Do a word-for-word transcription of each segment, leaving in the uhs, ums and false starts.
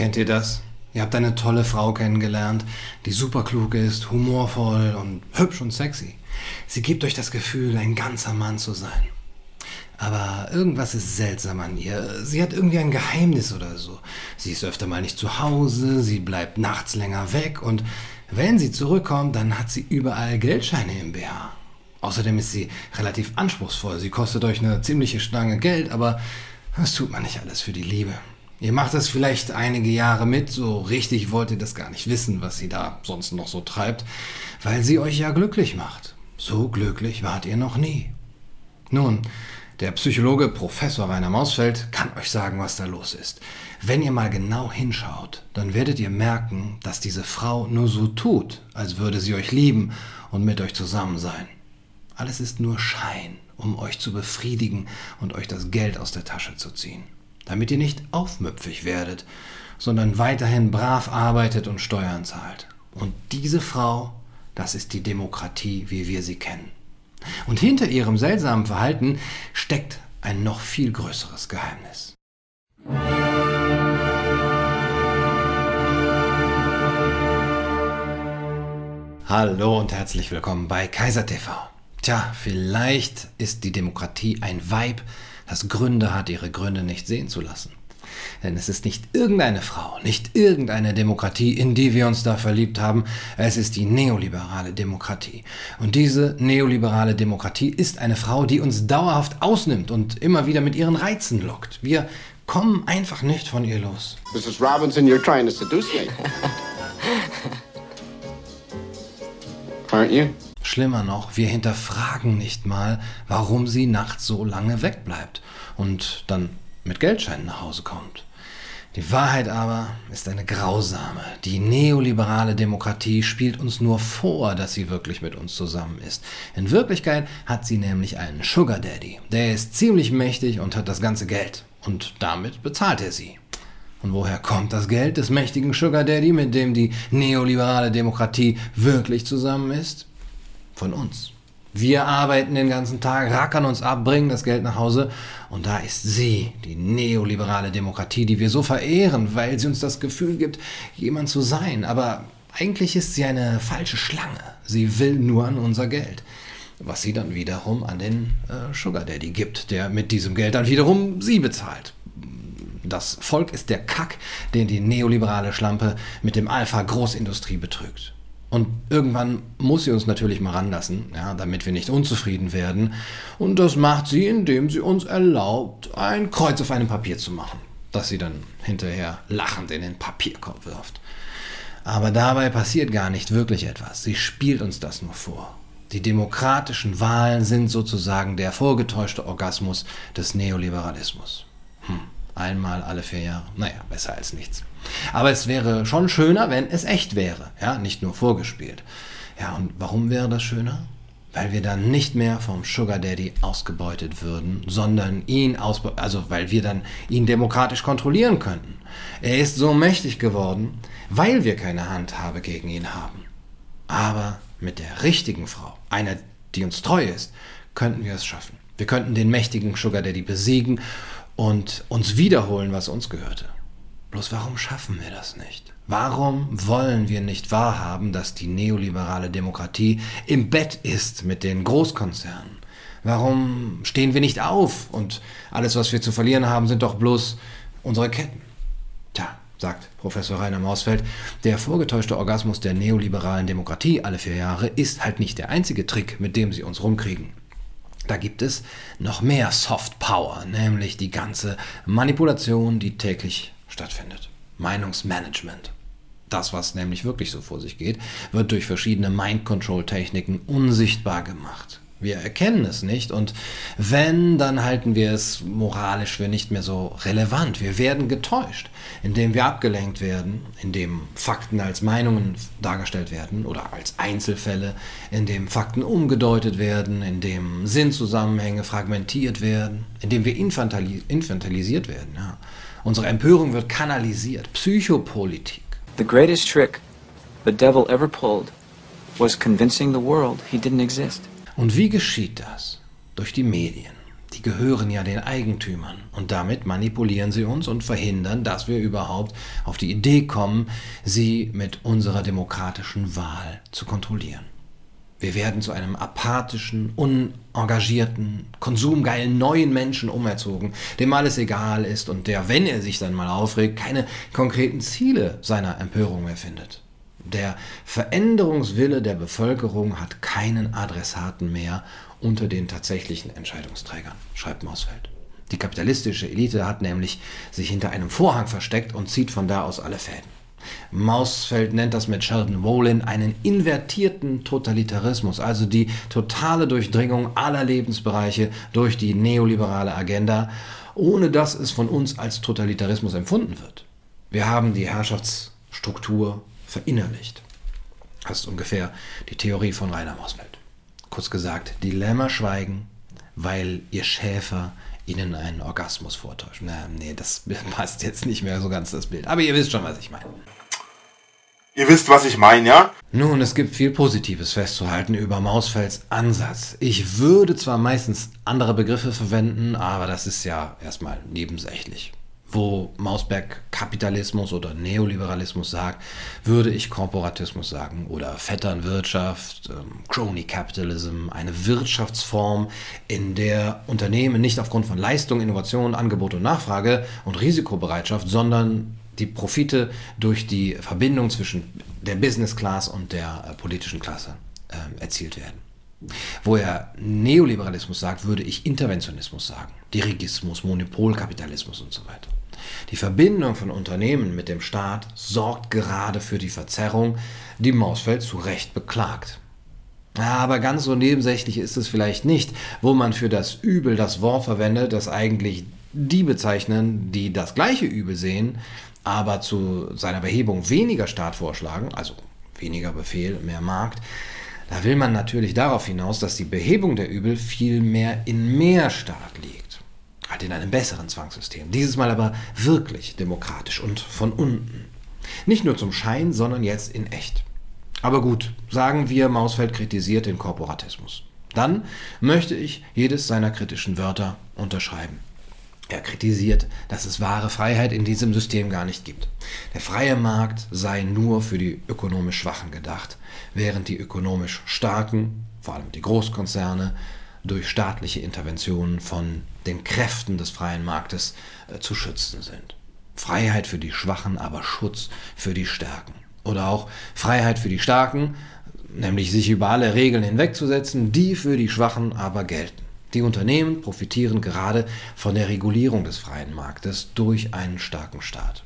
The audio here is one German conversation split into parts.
Kennt ihr das? Ihr habt eine tolle Frau kennengelernt, die super klug ist, humorvoll und hübsch und sexy. Sie gibt euch das Gefühl, ein ganzer Mann zu sein. Aber irgendwas ist seltsam an ihr. Sie hat irgendwie ein Geheimnis oder so. Sie ist öfter mal nicht zu Hause, sie bleibt nachts länger weg und wenn sie zurückkommt, dann hat sie überall Geldscheine im B H. Außerdem ist sie relativ anspruchsvoll. Sie kostet euch eine ziemliche Stange Geld, aber das tut man nicht alles für die Liebe. Ihr macht das vielleicht einige Jahre mit, so richtig wollt ihr das gar nicht wissen, was sie da sonst noch so treibt, weil sie euch ja glücklich macht. So glücklich wart ihr noch nie. Nun, der Psychologe Professor Rainer Mausfeld kann euch sagen, was da los ist. Wenn ihr mal genau hinschaut, dann werdet ihr merken, dass diese Frau nur so tut, als würde sie euch lieben und mit euch zusammen sein. Alles ist nur Schein, um euch zu befriedigen und euch das Geld aus der Tasche zu ziehen. Damit ihr nicht aufmüpfig werdet, sondern weiterhin brav arbeitet und Steuern zahlt. Und diese Frau, das ist die Demokratie, wie wir sie kennen. Und hinter ihrem seltsamen Verhalten steckt ein noch viel größeres Geheimnis. Hallo und herzlich willkommen bei Kaiser T V. Tja, vielleicht ist die Demokratie ein Vibe, das Gründe hat, ihre Gründe nicht sehen zu lassen. Denn es ist nicht irgendeine Frau, nicht irgendeine Demokratie, in die wir uns da verliebt haben. Es ist die neoliberale Demokratie. Und diese neoliberale Demokratie ist eine Frau, die uns dauerhaft ausnimmt und immer wieder mit ihren Reizen lockt. Wir kommen einfach nicht von ihr los. Missus Robinson, you're trying to seduce me. Aren't you? Schlimmer noch, wir hinterfragen nicht mal, warum sie nachts so lange wegbleibt und dann mit Geldscheinen nach Hause kommt. Die Wahrheit aber ist eine grausame. Die neoliberale Demokratie spielt uns nur vor, dass sie wirklich mit uns zusammen ist. In Wirklichkeit hat sie nämlich einen Sugar Daddy. Der ist ziemlich mächtig und hat das ganze Geld. Und damit bezahlt er sie. Und woher kommt das Geld des mächtigen Sugar Daddy, mit dem die neoliberale Demokratie wirklich zusammen ist? Von uns. Wir arbeiten den ganzen Tag, rackern uns ab, bringen das Geld nach Hause und da ist sie, die neoliberale Demokratie, die wir so verehren, weil sie uns das Gefühl gibt, jemand zu sein. Aber eigentlich ist sie eine falsche Schlange. Sie will nur an unser Geld, was sie dann wiederum an den äh, Sugar Daddy gibt, der mit diesem Geld dann wiederum sie bezahlt. Das Volk ist der Kack, den die neoliberale Schlampe mit dem Alpha-Großindustrie betrügt. Und irgendwann muss sie uns natürlich mal ranlassen, ja, damit wir nicht unzufrieden werden. Und das macht sie, indem sie uns erlaubt, ein Kreuz auf einem Papier zu machen, das sie dann hinterher lachend in den Papierkorb wirft. Aber dabei passiert gar nicht wirklich etwas. Sie spielt uns das nur vor. Die demokratischen Wahlen sind sozusagen der vorgetäuschte Orgasmus des Neoliberalismus. Hm. Einmal alle vier Jahre. Naja, besser als nichts. Aber es wäre schon schöner, wenn es echt wäre. Ja, nicht nur vorgespielt. Ja, und warum wäre das schöner? Weil wir dann nicht mehr vom Sugar Daddy ausgebeutet würden, sondern ihn ausbeuten, also weil wir dann ihn demokratisch kontrollieren könnten. Er ist so mächtig geworden, weil wir keine Handhabe gegen ihn haben. Aber mit der richtigen Frau, einer, die uns treu ist, könnten wir es schaffen. Wir könnten den mächtigen Sugar Daddy besiegen und uns wiederholen, was uns gehörte. Bloß warum schaffen wir das nicht? Warum wollen wir nicht wahrhaben, dass die neoliberale Demokratie im Bett ist mit den Großkonzernen? Warum stehen wir nicht auf und alles, was wir zu verlieren haben, sind doch bloß unsere Ketten? Tja, sagt Professor Rainer Mausfeld, der vorgetäuschte Orgasmus der neoliberalen Demokratie alle vier Jahre ist halt nicht der einzige Trick, mit dem sie uns rumkriegen. Da gibt es noch mehr Soft Power, nämlich die ganze Manipulation, die täglich stattfindet. Meinungsmanagement. Das, was nämlich wirklich so vor sich geht, wird durch verschiedene Mind-Control-Techniken unsichtbar gemacht. Wir erkennen es nicht und wenn, dann halten wir es moralisch für nicht mehr so relevant. Wir werden getäuscht, indem wir abgelenkt werden, indem Fakten als Meinungen dargestellt werden oder als Einzelfälle, indem Fakten umgedeutet werden, indem Sinnzusammenhänge fragmentiert werden, indem wir infantilis- infantilisiert werden. Ja. Unsere Empörung wird kanalisiert. Psychopolitik. The greatest trick the devil ever pulled was convincing the world he didn't exist. Und wie geschieht das? Durch die Medien. Die gehören ja den Eigentümern und damit manipulieren sie uns und verhindern, dass wir überhaupt auf die Idee kommen, sie mit unserer demokratischen Wahl zu kontrollieren. Wir werden zu einem apathischen, unengagierten, konsumgeilen neuen Menschen umerzogen, dem alles egal ist und der, wenn er sich dann mal aufregt, keine konkreten Ziele seiner Empörung mehr findet. Der Veränderungswille der Bevölkerung hat keinen Adressaten mehr unter den tatsächlichen Entscheidungsträgern, schreibt Mausfeld. Die kapitalistische Elite hat nämlich sich hinter einem Vorhang versteckt und zieht von da aus alle Fäden. Mausfeld nennt das mit Sheldon Wolin einen invertierten Totalitarismus, also die totale Durchdringung aller Lebensbereiche durch die neoliberale Agenda, ohne dass es von uns als Totalitarismus empfunden wird. Wir haben die Herrschaftsstruktur verinnerlicht. Das ist ungefähr die Theorie von Rainer Mausfeld. Kurz gesagt, die Lämmer schweigen, weil ihr Schäfer ihnen einen Orgasmus vortäuscht. Na, nee, das passt jetzt nicht mehr so ganz, das Bild. Aber ihr wisst schon, was ich meine. Ihr wisst, was ich meine, ja? Nun, es gibt viel Positives festzuhalten über Mausfelds Ansatz. Ich würde zwar meistens andere Begriffe verwenden, aber das ist ja erstmal nebensächlich. Wo Mausberg Kapitalismus oder Neoliberalismus sagt, würde ich Korporatismus sagen oder Vetternwirtschaft, ähm, Crony Capitalism, eine Wirtschaftsform, in der Unternehmen nicht aufgrund von Leistung, Innovation, Angebot und Nachfrage und Risikobereitschaft, sondern die Profite durch die Verbindung zwischen der Business Class und der äh, politischen Klasse äh, erzielt werden. Wo er Neoliberalismus sagt, würde ich Interventionismus sagen. Dirigismus, Monopolkapitalismus und so weiter. Die Verbindung von Unternehmen mit dem Staat sorgt gerade für die Verzerrung, die Mausfeld zu Recht beklagt. Aber ganz so nebensächlich ist es vielleicht nicht, wo man für das Übel das Wort verwendet, das eigentlich die bezeichnen, die das gleiche Übel sehen, aber zu seiner Behebung weniger Staat vorschlagen, also weniger Befehl, mehr Markt. Da will man natürlich darauf hinaus, dass die Behebung der Übel viel mehr in mehr Staat liegt. Halt in einem besseren Zwangssystem. Dieses Mal aber wirklich demokratisch und von unten. Nicht nur zum Schein, sondern jetzt in echt. Aber gut, sagen wir, Mausfeld kritisiert den Korporatismus. Dann möchte ich jedes seiner kritischen Wörter unterschreiben. Er kritisiert, dass es wahre Freiheit in diesem System gar nicht gibt. Der freie Markt sei nur für die ökonomisch Schwachen gedacht, während die ökonomisch Starken, vor allem die Großkonzerne, durch staatliche Interventionen von den Kräften des freien Marktes äh, zu schützen sind. Freiheit für die Schwachen, aber Schutz für die Stärken. Oder auch Freiheit für die Starken, nämlich sich über alle Regeln hinwegzusetzen, die für die Schwachen aber gelten. Die Unternehmen profitieren gerade von der Regulierung des freien Marktes durch einen starken Staat.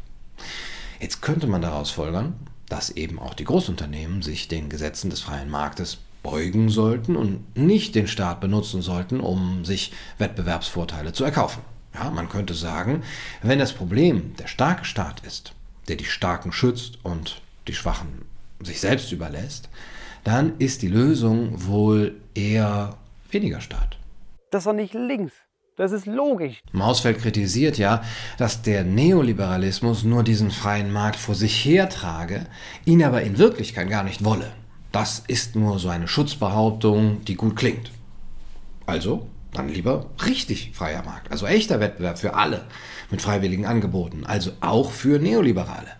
Jetzt könnte man daraus folgern, dass eben auch die Großunternehmen sich den Gesetzen des freien Marktes beugen sollten und nicht den Staat benutzen sollten, um sich Wettbewerbsvorteile zu erkaufen. Ja, man könnte sagen, wenn das Problem der starke Staat ist, der die Starken schützt und die Schwachen sich selbst überlässt, dann ist die Lösung wohl eher weniger Staat. Das ist doch nicht links. Das ist logisch. Mausfeld kritisiert ja, dass der Neoliberalismus nur diesen freien Markt vor sich hertrage, ihn aber in Wirklichkeit gar nicht wolle. Das ist nur so eine Schutzbehauptung, die gut klingt. Also dann lieber richtig freier Markt, also echter Wettbewerb für alle mit freiwilligen Angeboten, also auch für Neoliberale.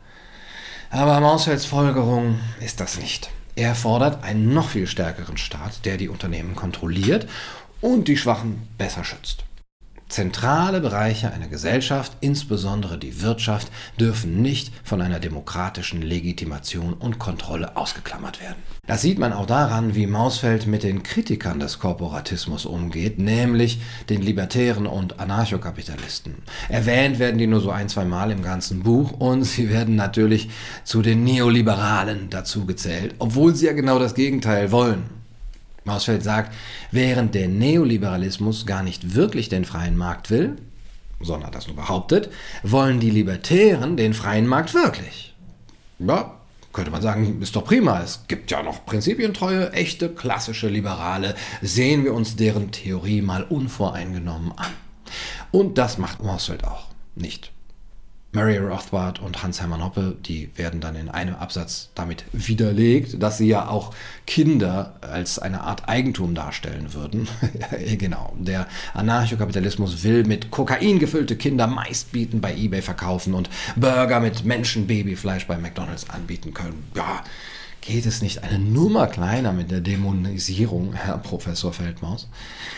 Aber Mausfelds Folgerung ist das nicht. Er fordert einen noch viel stärkeren Staat, der die Unternehmen kontrolliert und die Schwachen besser schützt. Zentrale Bereiche einer Gesellschaft, insbesondere die Wirtschaft, dürfen nicht von einer demokratischen Legitimation und Kontrolle ausgeklammert werden. Das sieht man auch daran, wie Mausfeld mit den Kritikern des Korporatismus umgeht, nämlich den Libertären und Anarchokapitalisten. Erwähnt werden die nur so ein, zwei Mal im ganzen Buch und sie werden natürlich zu den Neoliberalen dazu gezählt, obwohl sie ja genau das Gegenteil wollen. Mausfeld sagt, während der Neoliberalismus gar nicht wirklich den freien Markt will, sondern das nur behauptet, wollen die Libertären den freien Markt wirklich. Ja, könnte man sagen, ist doch prima. Es gibt ja noch prinzipientreue, echte, klassische Liberale. Sehen wir uns deren Theorie mal unvoreingenommen an. Und das macht Mausfeld auch nicht. Murray Rothbard und Hans-Hermann Hoppe, die werden dann in einem Absatz damit widerlegt, dass sie ja auch Kinder als eine Art Eigentum darstellen würden. Genau, der Anarchokapitalismus will mit Kokain gefüllte Kinder meistbieten bei eBay verkaufen und Burger mit Menschenbabyfleisch bei McDonald's anbieten können. Ja, geht es nicht eine Nummer kleiner mit der Dämonisierung, Herr Professor Feldmaus?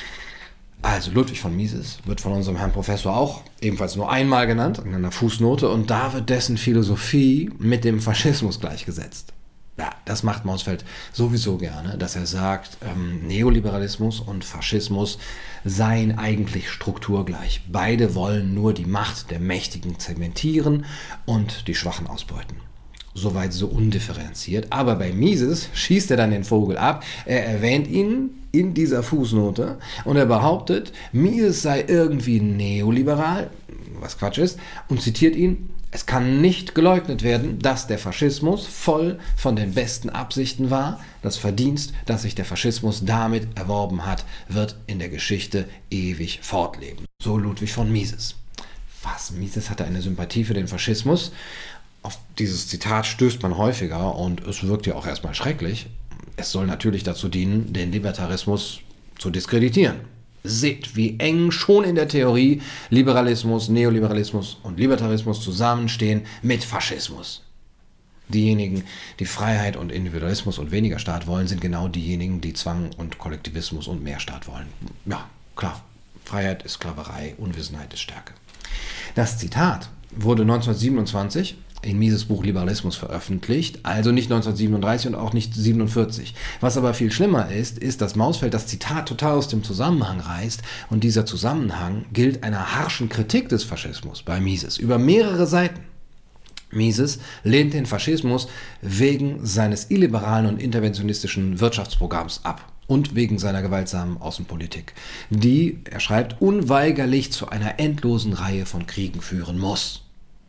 Also Ludwig von Mises wird von unserem Herrn Professor auch ebenfalls nur einmal genannt, in einer Fußnote, und da wird dessen Philosophie mit dem Faschismus gleichgesetzt. Ja, das macht Mausfeld sowieso gerne, dass er sagt, ähm, Neoliberalismus und Faschismus seien eigentlich strukturgleich. Beide wollen nur die Macht der Mächtigen zementieren und die Schwachen ausbeuten. Soweit so undifferenziert. Aber bei Mises schießt er dann den Vogel ab. Er erwähnt ihn in dieser Fußnote und er behauptet, Mises sei irgendwie neoliberal, was Quatsch ist, und zitiert ihn: Es kann nicht geleugnet werden, dass der Faschismus voll von den besten Absichten war. Das Verdienst, das sich der Faschismus damit erworben hat, wird in der Geschichte ewig fortleben. So Ludwig von Mises. Was? Mises hatte eine Sympathie für den Faschismus? Auf dieses Zitat stößt man häufiger und es wirkt ja auch erstmal schrecklich. Es soll natürlich dazu dienen, den Libertarismus zu diskreditieren. Seht, wie eng schon in der Theorie Liberalismus, Neoliberalismus und Libertarismus zusammenstehen mit Faschismus. Diejenigen, die Freiheit und Individualismus und weniger Staat wollen, sind genau diejenigen, die Zwang und Kollektivismus und mehr Staat wollen. Ja, klar, Freiheit ist Sklaverei, Unwissenheit ist Stärke. Das Zitat wurde neunzehnhundertsiebenundzwanzig in Mises Buch Liberalismus veröffentlicht, also nicht neunzehnhundertsiebenunddreißig und auch nicht siebenundvierzig. Was aber viel schlimmer ist, ist, dass Mausfeld das Zitat total aus dem Zusammenhang reißt und dieser Zusammenhang gilt einer harschen Kritik des Faschismus bei Mises über mehrere Seiten. Mises lehnt den Faschismus wegen seines illiberalen und interventionistischen Wirtschaftsprogramms ab und wegen seiner gewaltsamen Außenpolitik, die, er schreibt, unweigerlich zu einer endlosen Reihe von Kriegen führen muss.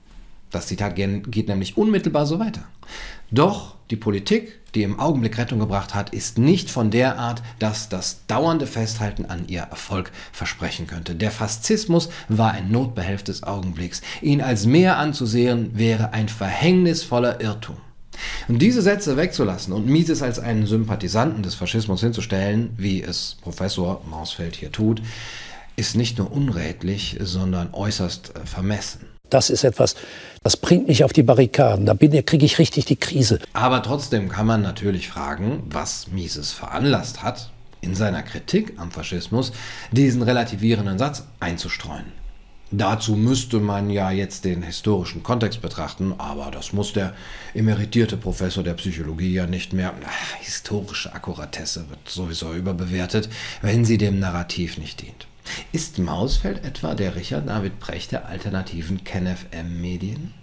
Das Zitat geht nämlich unmittelbar so weiter. Doch die Politik, die im Augenblick Rettung gebracht hat, ist nicht von der Art, dass das dauernde Festhalten an ihr Erfolg versprechen könnte. Der Faszismus war ein Notbehelf des Augenblicks. Ihn als mehr anzusehen, wäre ein verhängnisvoller Irrtum. Und diese Sätze wegzulassen und Mises als einen Sympathisanten des Faschismus hinzustellen, wie es Professor Mausfeld hier tut, ist nicht nur unredlich, sondern äußerst äh, vermessen. Das ist etwas, das bringt mich auf die Barrikaden. Da bin, da kriege ich richtig die Krise. Aber trotzdem kann man natürlich fragen, was Mises veranlasst hat, in seiner Kritik am Faschismus diesen relativierenden Satz einzustreuen. Dazu müsste man ja jetzt den historischen Kontext betrachten, aber das muss der emeritierte Professor der Psychologie ja nicht mehr. Ach, historische Akkuratesse wird sowieso überbewertet, wenn sie dem Narrativ nicht dient. Ist Mausfeld etwa der Richard David Precht der alternativen Kenneth M-Medien?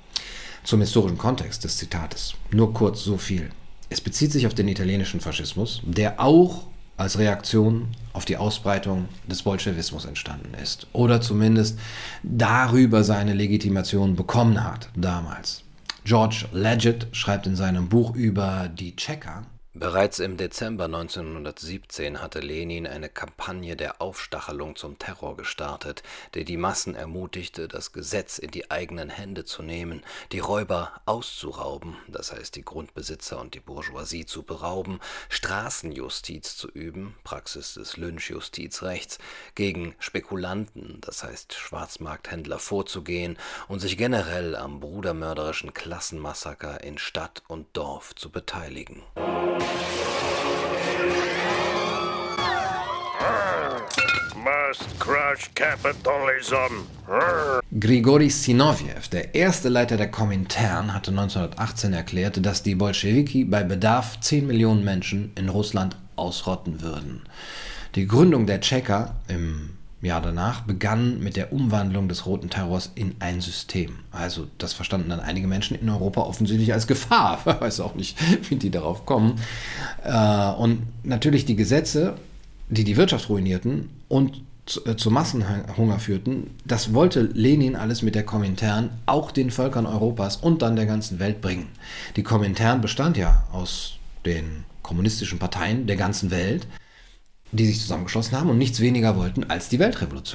Zum historischen Kontext des Zitates nur kurz so viel. Es bezieht sich auf den italienischen Faschismus, der auch als Reaktion auf die Ausbreitung des Bolschewismus entstanden ist oder zumindest darüber seine Legitimation bekommen hat damals. George Leggett schreibt in seinem Buch über die Tschecher: Bereits im Dezember neunzehnhundertsiebzehn hatte Lenin eine Kampagne der Aufstachelung zum Terror gestartet, der die Massen ermutigte, das Gesetz in die eigenen Hände zu nehmen, die Räuber auszurauben, das heißt die Grundbesitzer und die Bourgeoisie zu berauben, Straßenjustiz zu üben, Praxis des Lynchjustizrechts, gegen Spekulanten, das heißt Schwarzmarkthändler vorzugehen und sich generell am brudermörderischen Klassenmassaker in Stadt und Dorf zu beteiligen. Must crush capitalism. Grigori Zinoviev, der erste Leiter der Komintern, hatte neunzehnhundertachtzehn erklärt, dass die Bolschewiki bei Bedarf zehn Millionen Menschen in Russland ausrotten würden. Die Gründung der Tschecher im Jahr danach begann mit der Umwandlung des Roten Terrors in ein System. Also das verstanden dann einige Menschen in Europa offensichtlich als Gefahr. Ich weiß auch nicht, wie die darauf kommen. Und natürlich die Gesetze, die die Wirtschaft ruinierten und zu Massenhunger führten, das wollte Lenin alles mit der Komintern auch den Völkern Europas und dann der ganzen Welt bringen. Die Komintern bestand ja aus den kommunistischen Parteien der ganzen Welt, die sich zusammengeschlossen haben und nichts weniger wollten als die Weltrevolution.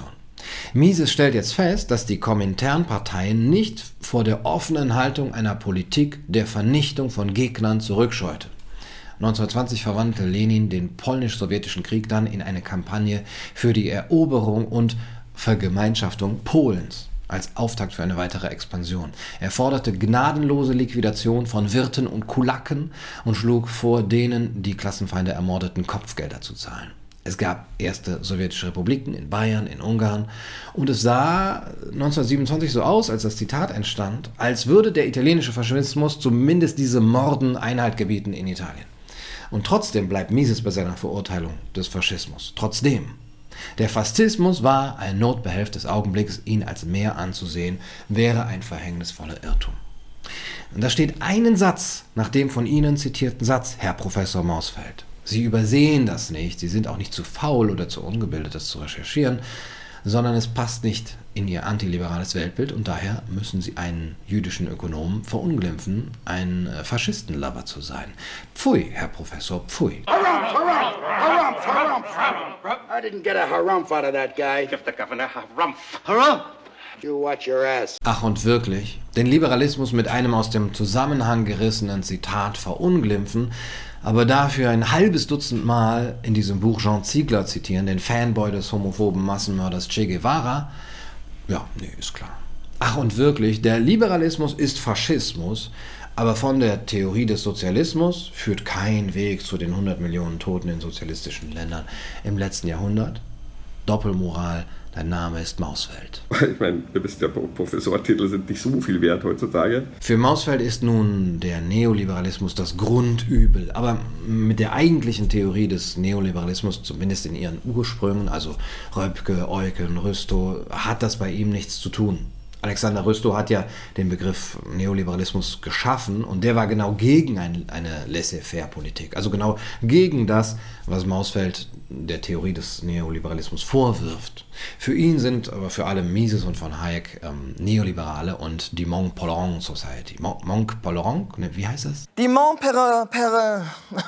Mises stellt jetzt fest, dass die Komintern-Parteien nicht vor der offenen Haltung einer Politik der Vernichtung von Gegnern zurückscheute. neunzehnhundertzwanzig verwandelte Lenin den polnisch-sowjetischen Krieg dann in eine Kampagne für die Eroberung und Vergemeinschaftung Polens als Auftakt für eine weitere Expansion. Er forderte gnadenlose Liquidation von Wirten und Kulaken und schlug vor, denen die Klassenfeinde ermordeten, Kopfgelder zu zahlen. Es gab erste sowjetische Republiken in Bayern, in Ungarn und es sah neunzehnhundertsiebenundzwanzig so aus, als das Zitat entstand, als würde der italienische Faschismus zumindest diese Morden Einhalt gebieten in Italien. Und trotzdem bleibt Mises bei seiner Verurteilung des Faschismus. Trotzdem. Der Faschismus war ein Notbehelf des Augenblicks, ihn als mehr anzusehen, wäre ein verhängnisvoller Irrtum. Und da steht einen Satz nach dem von Ihnen zitierten Satz, Herr Professor Mausfeld. Sie übersehen das nicht, Sie sind auch nicht zu faul oder zu ungebildet, das zu recherchieren, sondern es passt nicht in Ihr antiliberales Weltbild und daher müssen Sie einen jüdischen Ökonomen verunglimpfen, ein Faschistenlover zu sein. Pfui, Herr Professor, pfui. Harumph, harumph, harumph, harumph. I didn't get a harumph out of that guy. Give the governor harumph. Harumph! You watch your ass. Ach und wirklich, den Liberalismus mit einem aus dem Zusammenhang gerissenen Zitat verunglimpfen, aber dafür ein halbes Dutzend Mal in diesem Buch Jean Ziegler zitieren, den Fanboy des homophoben Massenmörders Che Guevara, ja, nee, ist klar. Ach und wirklich, der Liberalismus ist Faschismus, aber von der Theorie des Sozialismus führt kein Weg zu den hundert Millionen Toten in sozialistischen Ländern im letzten Jahrhundert. Doppelmoral, dein Name ist Mausfeld. Ich meine, du bist ja Professortitel sind nicht so viel wert heutzutage. Für Mausfeld ist nun der Neoliberalismus das Grundübel, aber mit der eigentlichen Theorie des Neoliberalismus, zumindest in ihren Ursprüngen, also Röpke, Eucken, Rüstow, hat das bei ihm nichts zu tun. Alexander Rüstow hat ja den Begriff Neoliberalismus geschaffen und der war genau gegen ein, eine Laissez-faire-Politik, also genau gegen das, was Mausfeld der Theorie des Neoliberalismus vorwirft. Für ihn sind aber für alle Mises und von Hayek ähm, Neoliberale und die Mont-Pelerin Society. Mon- Mont-Pelerin? Ne, wie heißt das? Die Mont-Pelerin...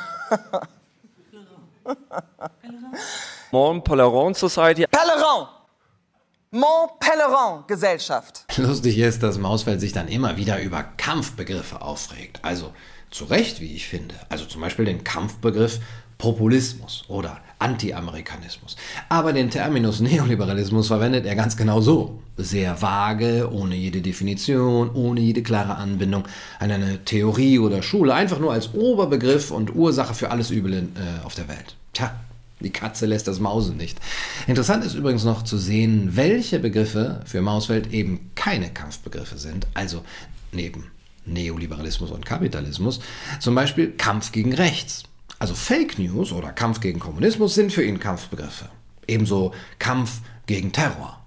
Mont-Pelerin Society. Pelerin! Mont-Pelerin-Gesellschaft. Lustig ist, dass Mausfeld sich dann immer wieder über Kampfbegriffe aufregt. Also zu Recht, wie ich finde. Also zum Beispiel den Kampfbegriff Populismus oder Anti-Amerikanismus. Aber den Terminus Neoliberalismus verwendet er ganz genau so. Sehr vage, ohne jede Definition, ohne jede klare Anbindung an eine Theorie oder Schule. Einfach nur als Oberbegriff und Ursache für alles Übel in, äh, auf der Welt. Tja. Die Katze lässt das Mausen nicht. Interessant ist übrigens noch zu sehen, welche Begriffe für Mausfeld eben keine Kampfbegriffe sind, also neben Neoliberalismus und Kapitalismus, zum Beispiel Kampf gegen Rechts. Also Fake News oder Kampf gegen Kommunismus sind für ihn Kampfbegriffe. Ebenso Kampf gegen Terror.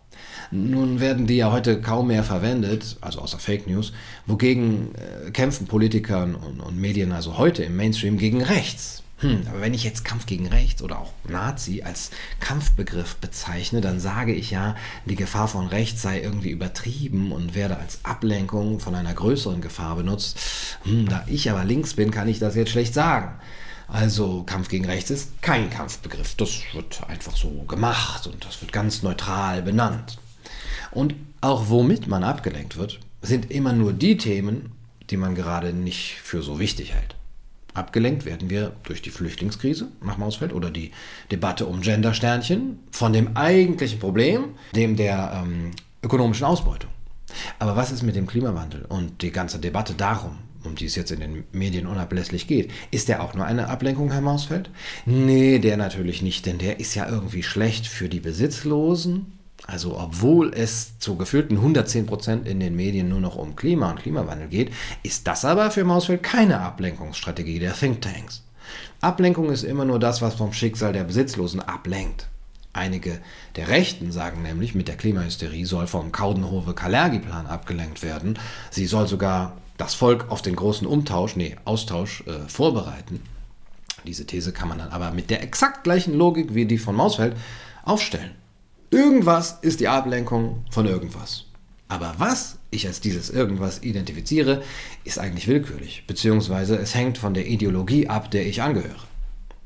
Nun werden die ja heute kaum mehr verwendet, also außer Fake News. Wogegen äh, kämpfen Politiker und, und Medien also heute im Mainstream gegen rechts? Hm, aber wenn ich jetzt Kampf gegen Rechts oder auch Nazi als Kampfbegriff bezeichne, dann sage ich ja, die Gefahr von rechts sei irgendwie übertrieben und werde als Ablenkung von einer größeren Gefahr benutzt. Hm, da ich aber links bin, kann ich das jetzt schlecht sagen. Also Kampf gegen Rechts ist kein Kampfbegriff. Das wird einfach so gemacht und das wird ganz neutral benannt. Und auch womit man abgelenkt wird, sind immer nur die Themen, die man gerade nicht für so wichtig hält. Abgelenkt werden wir durch die Flüchtlingskrise nach Mausfeld oder die Debatte um Gendersternchen von dem eigentlichen Problem, dem der ähm, ökonomischen Ausbeutung. Aber was ist mit dem Klimawandel und die ganze Debatte darum, um die es jetzt in den Medien unablässlich geht? Ist der auch nur eine Ablenkung, Herr Mausfeld? Nee, der natürlich nicht, denn der ist ja irgendwie schlecht für die Besitzlosen. Also obwohl es zu gefühlten hundertzehn Prozent in den Medien nur noch um Klima und Klimawandel geht, ist das aber für Mausfeld keine Ablenkungsstrategie der Thinktanks. Ablenkung ist immer nur das, was vom Schicksal der Besitzlosen ablenkt. Einige der Rechten sagen nämlich, mit der Klimahysterie soll vom Coudenhove-Kalergi-Plan abgelenkt werden. Sie soll sogar das Volk auf den großen Umtausch, nee, Austausch äh, vorbereiten. Diese These kann man dann aber mit der exakt gleichen Logik wie die von Mausfeld aufstellen. Irgendwas ist die Ablenkung von irgendwas. Aber was ich als dieses Irgendwas identifiziere, ist eigentlich willkürlich, beziehungsweise es hängt von der Ideologie ab, der ich angehöre.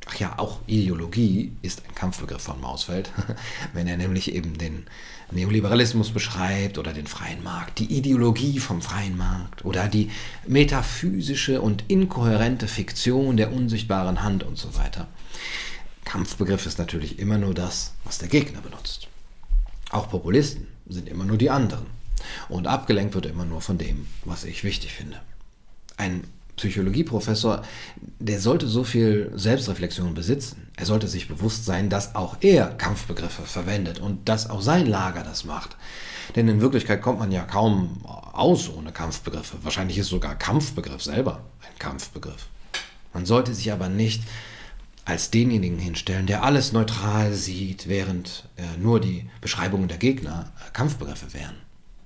Ach ja, auch Ideologie ist ein Kampfbegriff von Mausfeld, wenn er nämlich eben den Neoliberalismus beschreibt oder den freien Markt, die Ideologie vom freien Markt oder die metaphysische und inkohärente Fiktion der unsichtbaren Hand und so weiter. Kampfbegriff ist natürlich immer nur das, was der Gegner benutzt. Auch Populisten sind immer nur die anderen. Und abgelenkt wird immer nur von dem, was ich wichtig finde. Ein Psychologieprofessor, der sollte so viel Selbstreflexion besitzen. Er sollte sich bewusst sein, dass auch er Kampfbegriffe verwendet und dass auch sein Lager das macht. Denn in Wirklichkeit kommt man ja kaum aus ohne Kampfbegriffe. Wahrscheinlich ist sogar Kampfbegriff selber ein Kampfbegriff. Man sollte sich aber nicht als denjenigen hinstellen, der alles neutral sieht, während äh, nur die Beschreibungen der Gegner äh, Kampfbegriffe wären.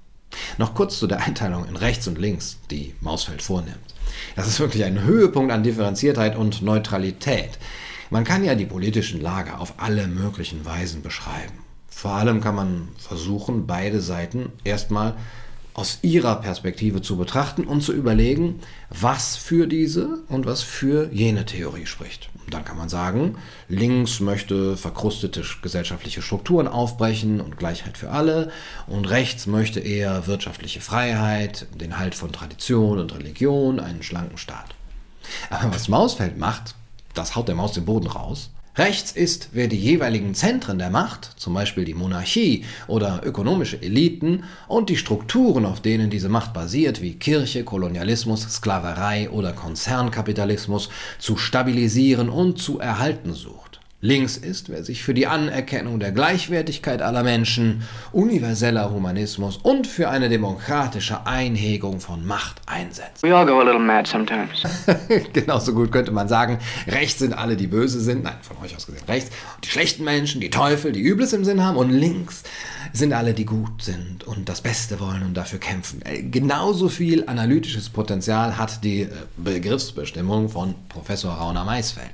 Noch kurz zu der Einteilung in rechts und links, die Mausfeld vornimmt. Das ist wirklich ein Höhepunkt an Differenziertheit und Neutralität. Man kann ja die politischen Lager auf alle möglichen Weisen beschreiben. Vor allem kann man versuchen, beide Seiten erstmal aus ihrer Perspektive zu betrachten und zu überlegen, was für diese und was für jene Theorie spricht. Und dann kann man sagen, links möchte verkrustete gesellschaftliche Strukturen aufbrechen und Gleichheit für alle und rechts möchte eher wirtschaftliche Freiheit, den Halt von Tradition und Religion, einen schlanken Staat. Aber was Mausfeld macht, das haut der Maus den Boden raus. Rechts ist, wer die jeweiligen Zentren der Macht, zum Beispiel die Monarchie oder ökonomische Eliten und die Strukturen, auf denen diese Macht basiert, wie Kirche, Kolonialismus, Sklaverei oder Konzernkapitalismus, zu stabilisieren und zu erhalten sucht. Links ist, wer sich für die Anerkennung der Gleichwertigkeit aller Menschen, universeller Humanismus und für eine demokratische Einhegung von Macht einsetzt. We all go a little mad sometimes. Genauso gut könnte man sagen, rechts sind alle, die böse sind, nein, von euch aus gesehen rechts, die schlechten Menschen, die Teufel, die Übles im Sinn haben und links sind alle, die gut sind und das Beste wollen und dafür kämpfen. Genauso viel analytisches Potenzial hat die Begriffsbestimmung von Professor Rauner Maisfeld.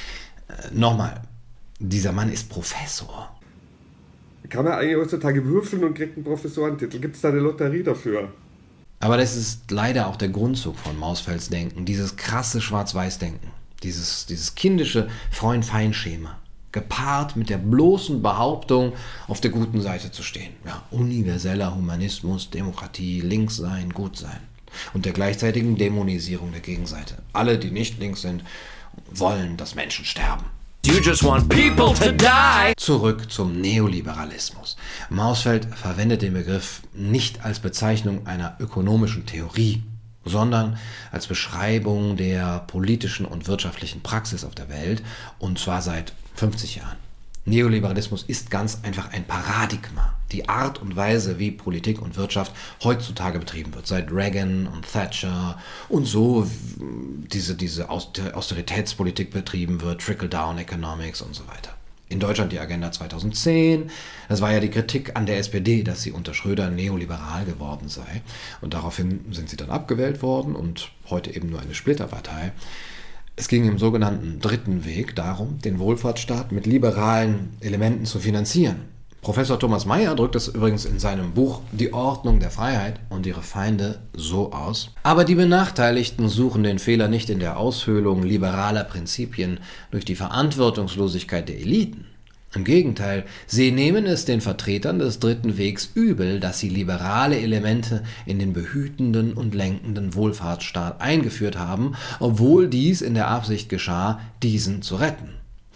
Nochmal, dieser Mann ist Professor. Kann man eigentlich heutzutage würfeln und kriegt einen Professorentitel? Gibt es da eine Lotterie dafür? Aber das ist leider auch der Grundzug von Mausfelds Denken, dieses krasse Schwarz-Weiß-Denken, dieses, dieses kindische Freund-Feind-Schema, gepaart mit der bloßen Behauptung, auf der guten Seite zu stehen. Ja, universeller Humanismus, Demokratie, links sein, gut sein. Und der gleichzeitigen Dämonisierung der Gegenseite. Alle, die nicht links sind, wollen, dass Menschen sterben. You just want people to die. Zurück zum Neoliberalismus. Mausfeld verwendet den Begriff nicht als Bezeichnung einer ökonomischen Theorie, sondern als Beschreibung der politischen und wirtschaftlichen Praxis auf der Welt, und zwar seit fünfzig Jahren. Neoliberalismus ist ganz einfach ein Paradigma. Die Art und Weise, wie Politik und Wirtschaft heutzutage betrieben wird, seit Reagan und Thatcher und so diese, diese Austeritätspolitik betrieben wird, Trickle-Down-Economics und so weiter. In Deutschland die Agenda zweitausendzehn, das war ja die Kritik an der S P D, dass sie unter Schröder neoliberal geworden sei. Und daraufhin sind sie dann abgewählt worden und heute eben nur eine Splitterpartei. Es ging im sogenannten dritten Weg darum, den Wohlfahrtsstaat mit liberalen Elementen zu finanzieren. Professor Thomas Mayer drückt es übrigens in seinem Buch Die Ordnung der Freiheit und ihre Feinde so aus. Aber die Benachteiligten suchen den Fehler nicht in der Aushöhlung liberaler Prinzipien durch die Verantwortungslosigkeit der Eliten. Im Gegenteil, sie nehmen es den Vertretern des dritten Wegs übel, dass sie liberale Elemente in den behütenden und lenkenden Wohlfahrtsstaat eingeführt haben, obwohl dies in der Absicht geschah, diesen zu retten.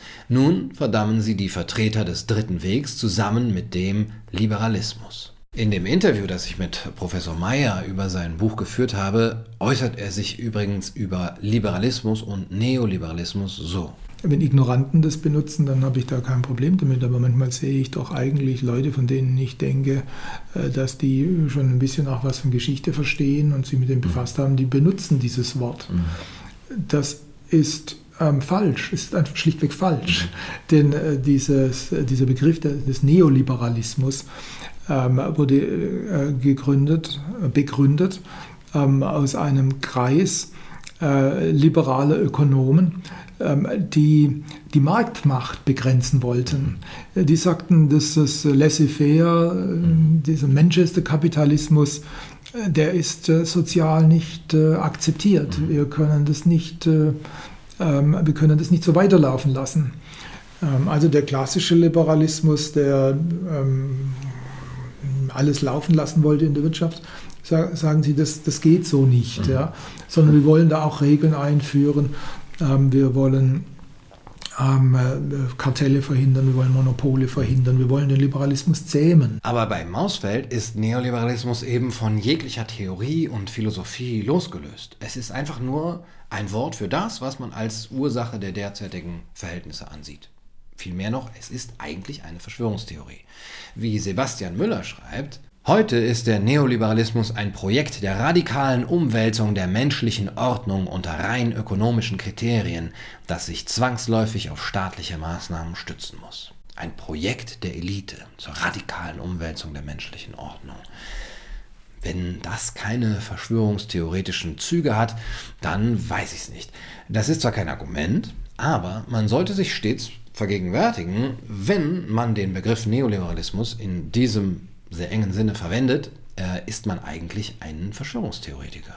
Nun verdammen sie die Vertreter des dritten Wegs zusammen mit dem Liberalismus. In dem Interview, das ich mit Professor Mayer über sein Buch geführt habe, äußert er sich übrigens über Liberalismus und Neoliberalismus so. Wenn Ignoranten das benutzen, dann habe ich da kein Problem damit, aber manchmal sehe ich doch eigentlich Leute, von denen ich denke, dass die schon ein bisschen auch was von Geschichte verstehen und sich mit dem befasst haben, die benutzen dieses Wort. Das ist ähm, falsch, ist einfach schlichtweg falsch, denn äh, dieses, dieser Begriff des Neoliberalismus ähm, wurde äh, gegründet, äh, begründet ähm, aus einem Kreis äh, liberaler Ökonomen, die die Marktmacht begrenzen wollten. Die sagten, dass das Laissez-faire, dieser Manchester-Kapitalismus, der ist sozial nicht akzeptiert. Wir können das nicht ähm, wir können das nicht so weiterlaufen lassen. Ähm, also der klassische Liberalismus, der ähm, alles laufen lassen wollte in der Wirtschaft, sag, sagen Sie, das, das geht so nicht. Mhm. Ja? Sondern wir wollen da auch Regeln einführen. Ähm, wir wollen ähm, Kartelle verhindern, wir wollen Monopole verhindern, wir wollen den Liberalismus zähmen. Aber bei Mausfeld ist Neoliberalismus eben von jeglicher Theorie und Philosophie losgelöst. Es ist einfach nur ein Wort für das, was man als Ursache der derzeitigen Verhältnisse ansieht. Vielmehr noch, es ist eigentlich eine Verschwörungstheorie. Wie Sebastian Müller schreibt: Heute ist der Neoliberalismus ein Projekt der radikalen Umwälzung der menschlichen Ordnung unter rein ökonomischen Kriterien, das sich zwangsläufig auf staatliche Maßnahmen stützen muss. Ein Projekt der Elite zur radikalen Umwälzung der menschlichen Ordnung. Wenn das keine verschwörungstheoretischen Züge hat, dann weiß ich es nicht. Das ist zwar kein Argument, aber man sollte sich stets vergegenwärtigen, wenn man den Begriff Neoliberalismus in diesem sehr engen Sinne verwendet, äh, ist man eigentlich ein Verschwörungstheoretiker.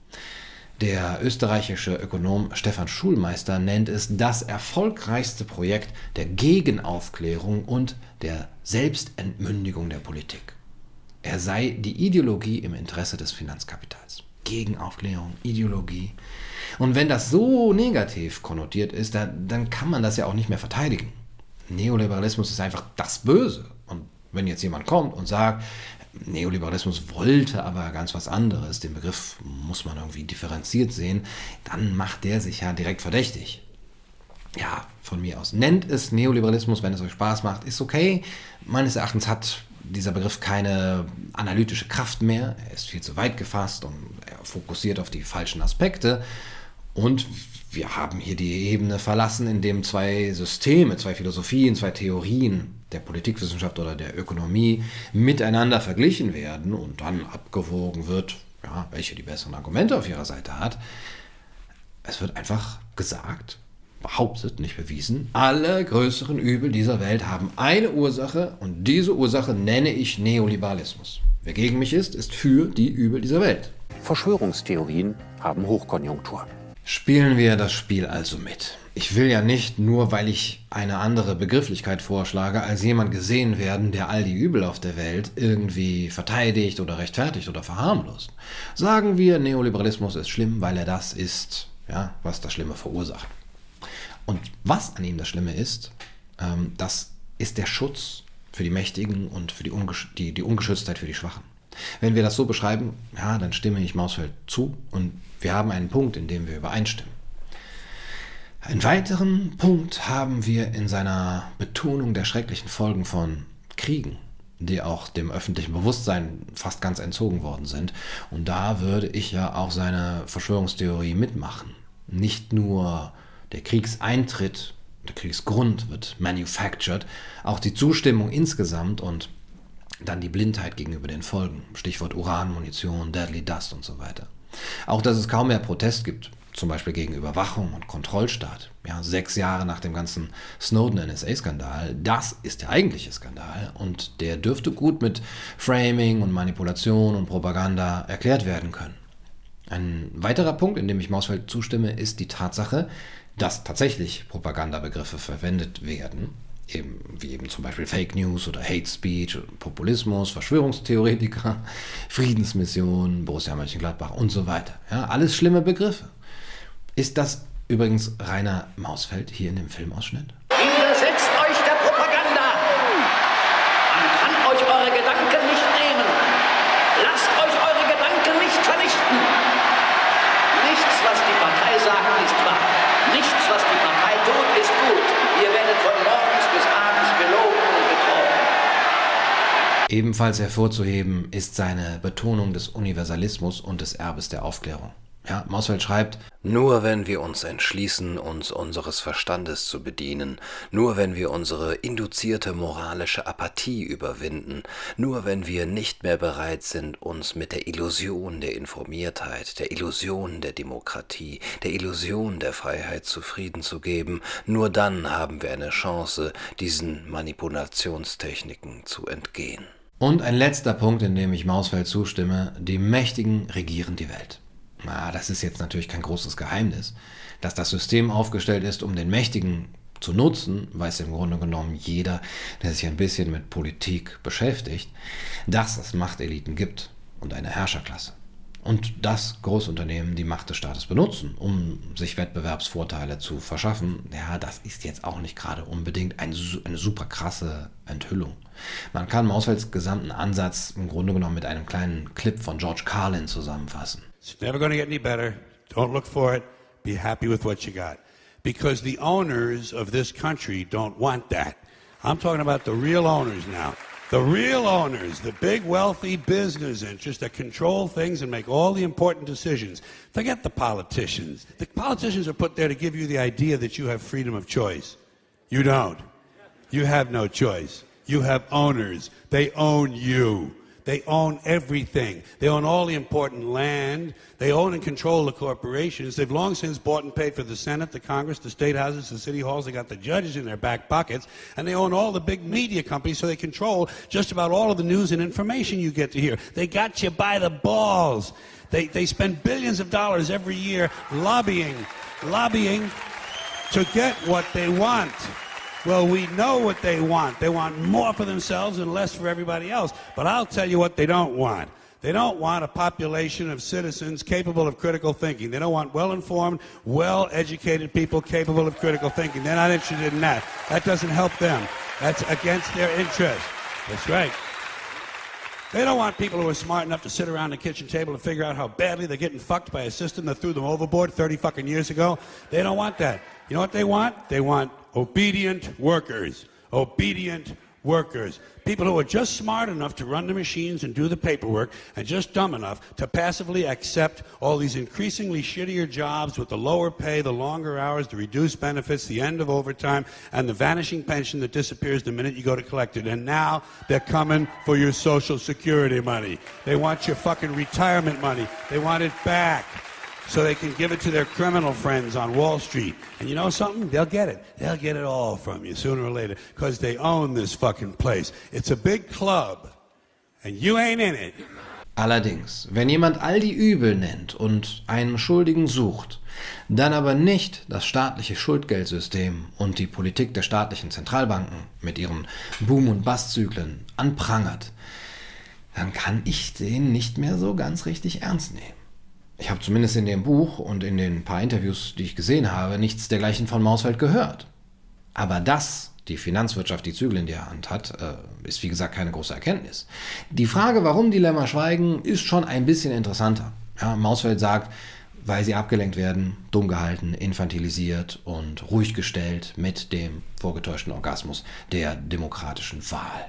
Der österreichische Ökonom Stefan Schulmeister nennt es das erfolgreichste Projekt der Gegenaufklärung und der Selbstentmündigung der Politik. Er sei die Ideologie im Interesse des Finanzkapitals. Gegenaufklärung, Ideologie. Und wenn das so negativ konnotiert ist, dann, dann kann man das ja auch nicht mehr verteidigen. Neoliberalismus ist einfach das Böse. Und wenn jetzt jemand kommt und sagt, Neoliberalismus wollte aber ganz was anderes, den Begriff muss man irgendwie differenziert sehen, dann macht der sich ja direkt verdächtig. Ja, von mir aus. Nennt es Neoliberalismus, wenn es euch Spaß macht, ist okay. Meines Erachtens hat dieser Begriff keine analytische Kraft mehr. Er ist viel zu weit gefasst und er fokussiert auf die falschen Aspekte. Und wir haben hier die Ebene verlassen, in dem zwei Systeme, zwei Philosophien, zwei Theorien der Politikwissenschaft oder der Ökonomie miteinander verglichen werden und dann abgewogen wird, ja, welche die besseren Argumente auf ihrer Seite hat. Es wird einfach gesagt, behauptet, nicht bewiesen, alle größeren Übel dieser Welt haben eine Ursache und diese Ursache nenne ich Neoliberalismus. Wer gegen mich ist, ist für die Übel dieser Welt. Verschwörungstheorien haben Hochkonjunktur. Spielen wir das Spiel also mit. Ich will ja nicht, nur weil ich eine andere Begrifflichkeit vorschlage, als jemand gesehen werden, der all die Übel auf der Welt irgendwie verteidigt oder rechtfertigt oder verharmlost. Sagen wir, Neoliberalismus ist schlimm, weil er das ist, ja, was das Schlimme verursacht. Und was an ihm das Schlimme ist, ähm, das ist der Schutz für die Mächtigen und für die, Ungesch- die, die Ungeschütztheit für die Schwachen. Wenn wir das so beschreiben, ja, dann stimme ich Mausfeld zu und wir haben einen Punkt, in dem wir übereinstimmen. Einen weiteren Punkt haben wir in seiner Betonung der schrecklichen Folgen von Kriegen, die auch dem öffentlichen Bewusstsein fast ganz entzogen worden sind. Und da würde ich ja auch seine Verschwörungstheorie mitmachen. Nicht nur der Kriegseintritt, der Kriegsgrund wird manufactured, auch die Zustimmung insgesamt und dann die Blindheit gegenüber den Folgen. Stichwort Uran, Munition, Deadly Dust und so weiter. Auch, dass es kaum mehr Protest gibt, zum Beispiel gegen Überwachung und Kontrollstaat. Ja, sechs Jahre nach dem ganzen Snowden-N S A-Skandal, das ist der eigentliche Skandal und der dürfte gut mit Framing und Manipulation und Propaganda erklärt werden können. Ein weiterer Punkt, in dem ich Mausfeld zustimme, ist die Tatsache, dass tatsächlich Propagandabegriffe verwendet werden, eben, wie eben zum Beispiel Fake News oder Hate Speech, Populismus, Verschwörungstheoretiker, Friedensmission, Borussia Mönchengladbach und so weiter. Ja, alles schlimme Begriffe. Ist das übrigens Rainer Mausfeld hier in dem Filmausschnitt? Widersetzt euch der Propaganda! Man kann euch eure Gedanken nicht nehmen. Lasst euch eure Gedanken nicht vernichten. Nichts, was die Partei sagt, ist wahr. Nichts, was die Partei tut, ist gut. Ihr werdet von morgens bis abends belogen und betrogen. Ebenfalls hervorzuheben ist seine Betonung des Universalismus und des Erbes der Aufklärung. Ja, Mausfeld schreibt, nur wenn wir uns entschließen, uns unseres Verstandes zu bedienen, nur wenn wir unsere induzierte moralische Apathie überwinden, nur wenn wir nicht mehr bereit sind, uns mit der Illusion der Informiertheit, der Illusion der Demokratie, der Illusion der Freiheit zufrieden zu geben, nur dann haben wir eine Chance, diesen Manipulationstechniken zu entgehen. Und ein letzter Punkt, in dem ich Mausfeld zustimme, die Mächtigen regieren die Welt. Na, das ist jetzt natürlich kein großes Geheimnis. Dass das System aufgestellt ist, um den Mächtigen zu nutzen, weiß im Grunde genommen jeder, der sich ein bisschen mit Politik beschäftigt, dass es Machteliten gibt und eine Herrscherklasse. Und dass Großunternehmen die Macht des Staates benutzen, um sich Wettbewerbsvorteile zu verschaffen, ja, das ist jetzt auch nicht gerade unbedingt ein, eine super krasse Enthüllung. Man kann Mausfelds gesamten Ansatz im Grunde genommen mit einem kleinen Clip von George Carlin zusammenfassen. It's never going to get any better. Don't look for it. Be happy with what you got. Because the owners of this country don't want that. I'm talking about the real owners now. The real owners, the big wealthy business interests that control things and make all the important decisions. Forget the politicians. The politicians are put there to give you the idea that you have freedom of choice. You don't. You have no choice. You have owners. They own you. They own everything. They own all the important land. They own and control the corporations. They've long since bought and paid for the Senate, the Congress, the state houses, the city halls. They got the judges in their back pockets. And they own all the big media companies, so they control just about all of the news and information you get to hear. They got you by the balls. They, they spend billions of dollars every year lobbying, lobbying to get what they want. Well, we know what they want. They want more for themselves and less for everybody else. But I'll tell you what they don't want. They don't want a population of citizens capable of critical thinking. They don't want well-informed, well-educated people capable of critical thinking. They're not interested in that. That doesn't help them. That's against their interest. That's right. They don't want people who are smart enough to sit around the kitchen table and figure out how badly they're getting fucked by a system that threw them overboard thirty fucking years ago. They don't want that. You know what they want? They want obedient workers. Obedient workers. People who are just smart enough to run the machines and do the paperwork and just dumb enough to passively accept all these increasingly shittier jobs with the lower pay, the longer hours, the reduced benefits, the end of overtime, and the vanishing pension that disappears the minute you go to collect it. And now they're coming for your Social Security money. They want your fucking retirement money. They want it back, so they can give it to their criminal friends on Wall Street. And you know something? They'll get it. They'll get it all from you sooner or later, because they own this fucking place. It's a big club, and you ain't in it. Allerdings, wenn jemand all die Übel nennt und einen Schuldigen sucht, dann aber nicht das staatliche Schuldgeldsystem und die Politik der staatlichen Zentralbanken mit ihren Boom- und Bust-Zyklen anprangert, dann kann ich den nicht mehr so ganz richtig ernst nehmen. Ich habe zumindest in dem Buch und in den paar Interviews, die ich gesehen habe, nichts dergleichen von Mausfeld gehört. Aber dass die Finanzwirtschaft die Zügel in der Hand hat, ist wie gesagt keine große Erkenntnis. Die Frage, warum die Lämmer schweigen, ist schon ein bisschen interessanter. Ja, Mausfeld sagt, weil sie abgelenkt werden, dumm gehalten, infantilisiert und ruhig gestellt mit dem vorgetäuschten Orgasmus der demokratischen Wahl.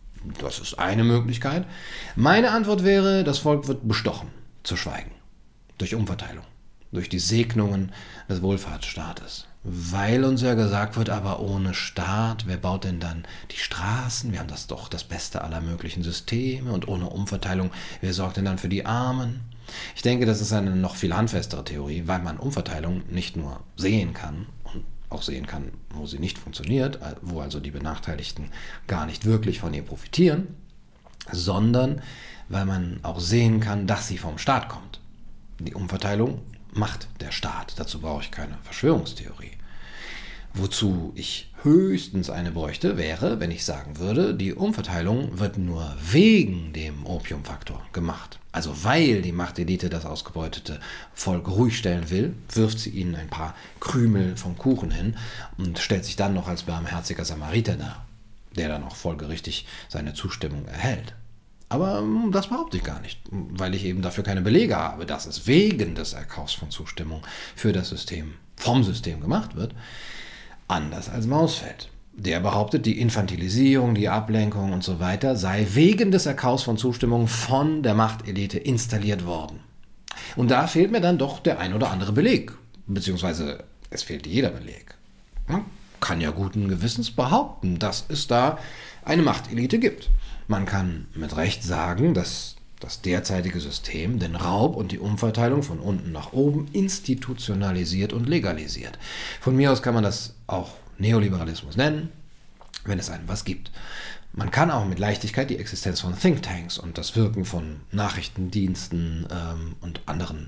Das ist eine Möglichkeit. Meine Antwort wäre, das Volk wird bestochen, zu schweigen. Durch Umverteilung, durch die Segnungen des Wohlfahrtsstaates. Weil uns ja gesagt wird, aber ohne Staat, wer baut denn dann die Straßen? Wir haben das doch das Beste aller möglichen Systeme. Und ohne Umverteilung, wer sorgt denn dann für die Armen? Ich denke, das ist eine noch viel handfestere Theorie, weil man Umverteilung nicht nur sehen kann und auch sehen kann, wo sie nicht funktioniert, wo also die Benachteiligten gar nicht wirklich von ihr profitieren, sondern weil man auch sehen kann, dass sie vom Staat kommt. Die Umverteilung macht der Staat. Dazu brauche ich keine Verschwörungstheorie. Wozu ich höchstens eine bräuchte, wäre, wenn ich sagen würde, die Umverteilung wird nur wegen dem Opiumfaktor gemacht. Also weil die Machtelite das ausgebeutete Volk ruhig stellen will, wirft sie ihnen ein paar Krümel vom Kuchen hin und stellt sich dann noch als barmherziger Samariter dar, der dann auch folgerichtig seine Zustimmung erhält. Aber das behaupte ich gar nicht, weil ich eben dafür keine Belege habe, dass es wegen des Erkaufs von Zustimmung für das System vom System gemacht wird, anders als Mausfeld. Der behauptet, die Infantilisierung, die Ablenkung und so weiter sei wegen des Erkaufs von Zustimmung von der Machtelite installiert worden. Und da fehlt mir dann doch der ein oder andere Beleg, beziehungsweise es fehlt jeder Beleg. Man kann ja guten Gewissens behaupten, dass es da eine Machtelite gibt. Man kann mit Recht sagen, dass das derzeitige System den Raub und die Umverteilung von unten nach oben institutionalisiert und legalisiert. Von mir aus kann man das auch Neoliberalismus nennen, wenn es einem was gibt. Man kann auch mit Leichtigkeit die Existenz von Thinktanks und das Wirken von Nachrichtendiensten ähm, und anderen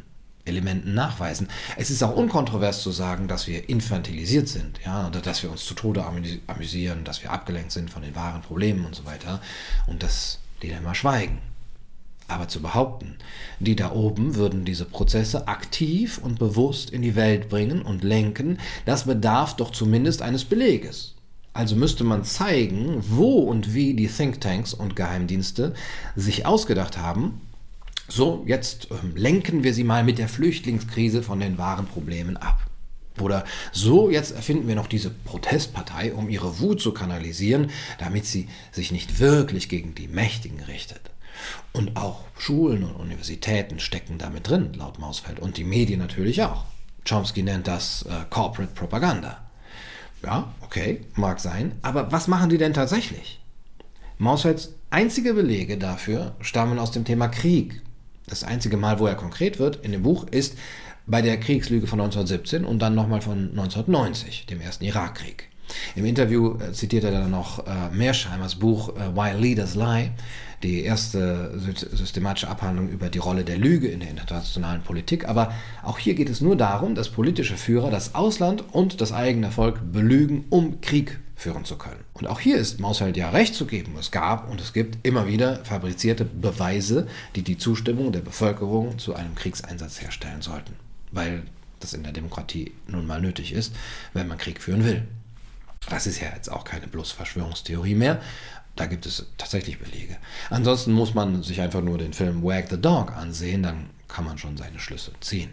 Elementen nachweisen. Es ist auch unkontrovers zu sagen, dass wir infantilisiert sind, ja, oder dass wir uns zu Tode amüsieren, dass wir abgelenkt sind von den wahren Problemen und so weiter und dass die dann mal schweigen. Aber zu behaupten, die da oben würden diese Prozesse aktiv und bewusst in die Welt bringen und lenken, das bedarf doch zumindest eines Beleges. Also müsste man zeigen, wo und wie die Thinktanks und Geheimdienste sich ausgedacht haben, so, jetzt ähm, lenken wir sie mal mit der Flüchtlingskrise von den wahren Problemen ab. Oder so, jetzt erfinden wir noch diese Protestpartei, um ihre Wut zu kanalisieren, damit sie sich nicht wirklich gegen die Mächtigen richtet. Und auch Schulen und Universitäten stecken damit drin, laut Mausfeld. Und die Medien natürlich auch. Chomsky nennt das äh, Corporate Propaganda. Ja, okay, mag sein. Aber was machen die denn tatsächlich? Mausfelds einzige Belege dafür stammen aus dem Thema Krieg. Das einzige Mal, wo er konkret wird in dem Buch, ist bei der Kriegslüge von neunzehnhundertsiebzehn und dann nochmal von neunzehnhundertneunzig, dem ersten Irakkrieg. Im Interview äh, zitiert er dann noch äh, Mersheimers Buch äh, Why Leaders Lie, die erste systematische Abhandlung über die Rolle der Lüge in der internationalen Politik. Aber auch hier geht es nur darum, dass politische Führer das Ausland und das eigene Volk belügen, um Krieg führen zu können. Und auch hier ist Mausfeld ja recht zu geben. Es gab und es gibt immer wieder fabrizierte Beweise, die die Zustimmung der Bevölkerung zu einem Kriegseinsatz herstellen sollten. Weil das in der Demokratie nun mal nötig ist, wenn man Krieg führen will. Das ist ja jetzt auch keine bloß Verschwörungstheorie mehr. Da gibt es tatsächlich Belege. Ansonsten muss man sich einfach nur den Film Wag the Dog ansehen, dann kann man schon seine Schlüsse ziehen.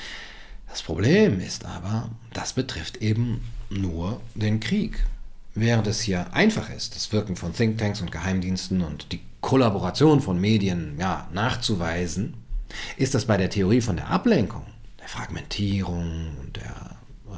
Das Problem ist aber, das betrifft eben nur den Krieg. Während es hier einfach ist, das Wirken von Thinktanks und Geheimdiensten und die Kollaboration von Medien ja, nachzuweisen, ist das bei der Theorie von der Ablenkung, der Fragmentierung und der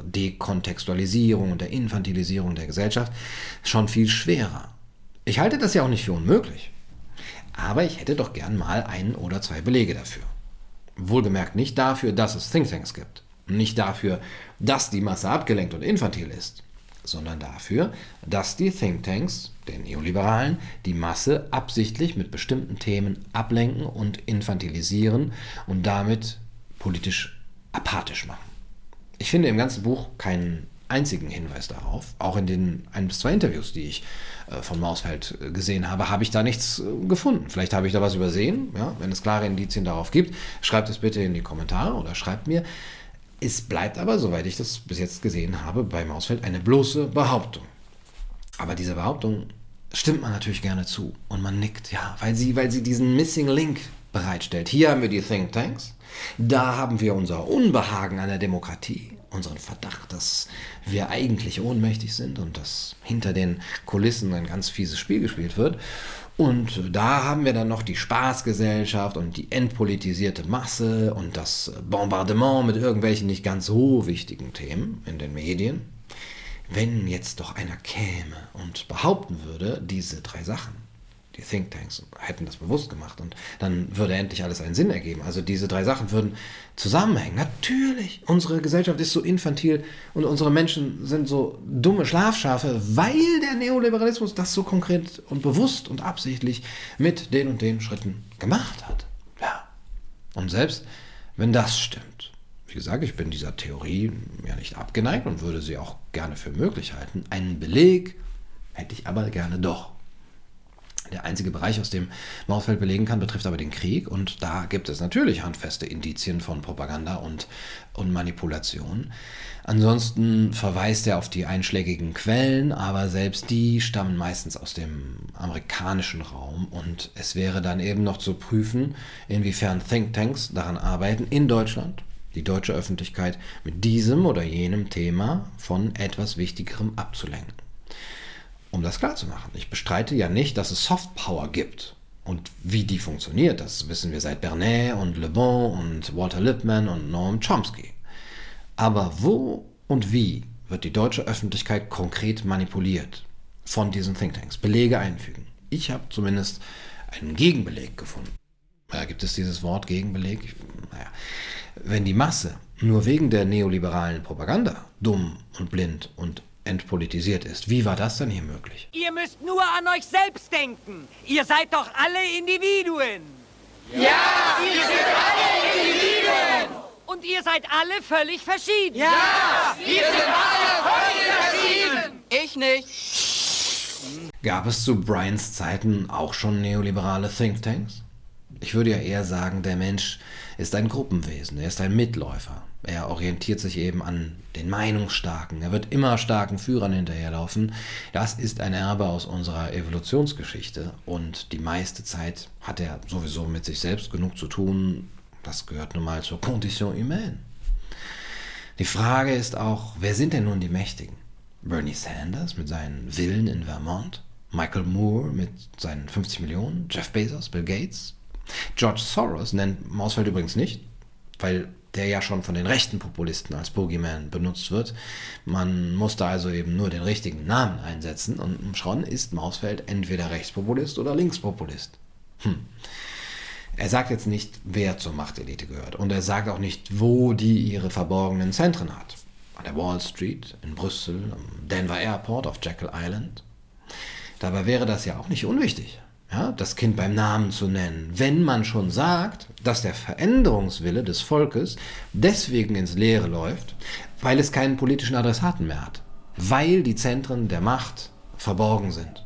Dekontextualisierung und der Infantilisierung der Gesellschaft schon viel schwerer. Ich halte das ja auch nicht für unmöglich, aber ich hätte doch gern mal ein oder zwei Belege dafür. Wohlgemerkt nicht dafür, dass es Thinktanks gibt, nicht dafür, dass die Masse abgelenkt und infantil ist, sondern dafür, dass die Thinktanks, den Neoliberalen, die Masse absichtlich mit bestimmten Themen ablenken und infantilisieren und damit politisch apathisch machen. Ich finde im ganzen Buch keinen einzigen Hinweis darauf. Auch in den ein bis zwei Interviews, die ich äh, von Mausfeld äh, gesehen habe, habe ich da nichts äh, gefunden. Vielleicht habe ich da was übersehen. Ja? Wenn es klare Indizien darauf gibt, schreibt es bitte in die Kommentare oder schreibt mir. Es bleibt aber, soweit ich das bis jetzt gesehen habe, bei Mausfeld eine bloße Behauptung. Aber diese Behauptung stimmt man natürlich gerne zu und man nickt, ja, weil sie, weil sie diesen Missing Link bereitstellt. Hier haben wir die Thinktanks, da haben wir unser Unbehagen an der Demokratie, unseren Verdacht, dass wir eigentlich ohnmächtig sind und dass hinter den Kulissen ein ganz fieses Spiel gespielt wird. Und da haben wir dann noch die Spaßgesellschaft und die entpolitisierte Masse und das Bombardement mit irgendwelchen nicht ganz so wichtigen Themen in den Medien. Wenn jetzt doch einer käme und behaupten würde, diese drei Sachen, die Thinktanks hätten das bewusst gemacht und dann würde endlich alles einen Sinn ergeben. Also diese drei Sachen würden zusammenhängen. Natürlich, unsere Gesellschaft ist so infantil und unsere Menschen sind so dumme Schlafschafe, weil der Neoliberalismus das so konkret und bewusst und absichtlich mit den und den Schritten gemacht hat. Ja. Und selbst wenn das stimmt, wie gesagt, ich bin dieser Theorie ja nicht abgeneigt und würde sie auch gerne für möglich halten, einen Beleg hätte ich aber gerne doch. Der einzige Bereich, aus dem Mausfeld belegen kann, betrifft aber den Krieg. Und da gibt es natürlich handfeste Indizien von Propaganda und, und Manipulation. Ansonsten verweist er auf die einschlägigen Quellen, aber selbst die stammen meistens aus dem amerikanischen Raum. Und es wäre dann eben noch zu prüfen, inwiefern Thinktanks daran arbeiten, in Deutschland die deutsche Öffentlichkeit mit diesem oder jenem Thema von etwas Wichtigerem abzulenken. Um das klarzumachen, ich bestreite ja nicht, dass es Softpower gibt. Und wie die funktioniert, das wissen wir seit Bernays und Le Bon und Walter Lippmann und Noam Chomsky. Aber wo und wie wird die deutsche Öffentlichkeit konkret manipuliert von diesen Thinktanks? Belege einfügen. Ich habe zumindest einen Gegenbeleg gefunden. Ja, gibt es dieses Wort Gegenbeleg? Naja. Wenn die Masse nur wegen der neoliberalen Propaganda dumm und blind und entpolitisiert ist. Wie war das denn hier möglich? Ihr müsst nur an euch selbst denken. Ihr seid doch alle Individuen. Ja, wir sind alle Individuen. Und ihr seid alle völlig verschieden. Ja, wir sind alle völlig verschieden. Ich nicht. Gab es zu Bryans Zeiten auch schon neoliberale Thinktanks? Ich würde ja eher sagen, der Mensch ist ein Gruppenwesen, er ist ein Mitläufer. Er orientiert sich eben an den Meinungsstarken, er wird immer starken Führern hinterherlaufen. Das ist ein Erbe aus unserer Evolutionsgeschichte und die meiste Zeit hat er sowieso mit sich selbst genug zu tun. Das gehört nun mal zur Condition humaine. Die Frage ist auch, wer sind denn nun die Mächtigen? Bernie Sanders mit seinen Villen in Vermont? Michael Moore mit seinen fünfzig Millionen? Jeff Bezos? Bill Gates? George Soros nennt Mausfeld übrigens nicht, weil der ja schon von den rechten Populisten als Boogeyman benutzt wird. Man musste also eben nur den richtigen Namen einsetzen und schon ist Mausfeld entweder Rechtspopulist oder Linkspopulist. Hm. Er sagt jetzt nicht, wer zur Machtelite gehört und er sagt auch nicht, wo die ihre verborgenen Zentren hat. An der Wall Street, in Brüssel, am Denver Airport, auf Jekyll Island. Dabei wäre das ja auch nicht unwichtig, ja, das Kind beim Namen zu nennen, wenn man schon sagt, dass der Veränderungswille des Volkes deswegen ins Leere läuft, weil es keinen politischen Adressaten mehr hat, weil die Zentren der Macht verborgen sind.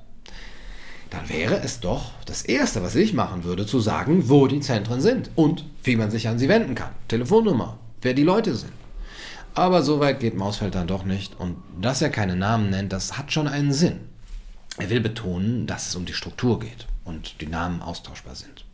Dann wäre es doch das Erste, was ich machen würde, zu sagen, wo die Zentren sind und wie man sich an sie wenden kann. Telefonnummer, wer die Leute sind. Aber so weit geht Mausfeld dann doch nicht und dass er keine Namen nennt, das hat schon einen Sinn. Er will betonen, dass es um die Struktur geht und die Namen austauschbar sind.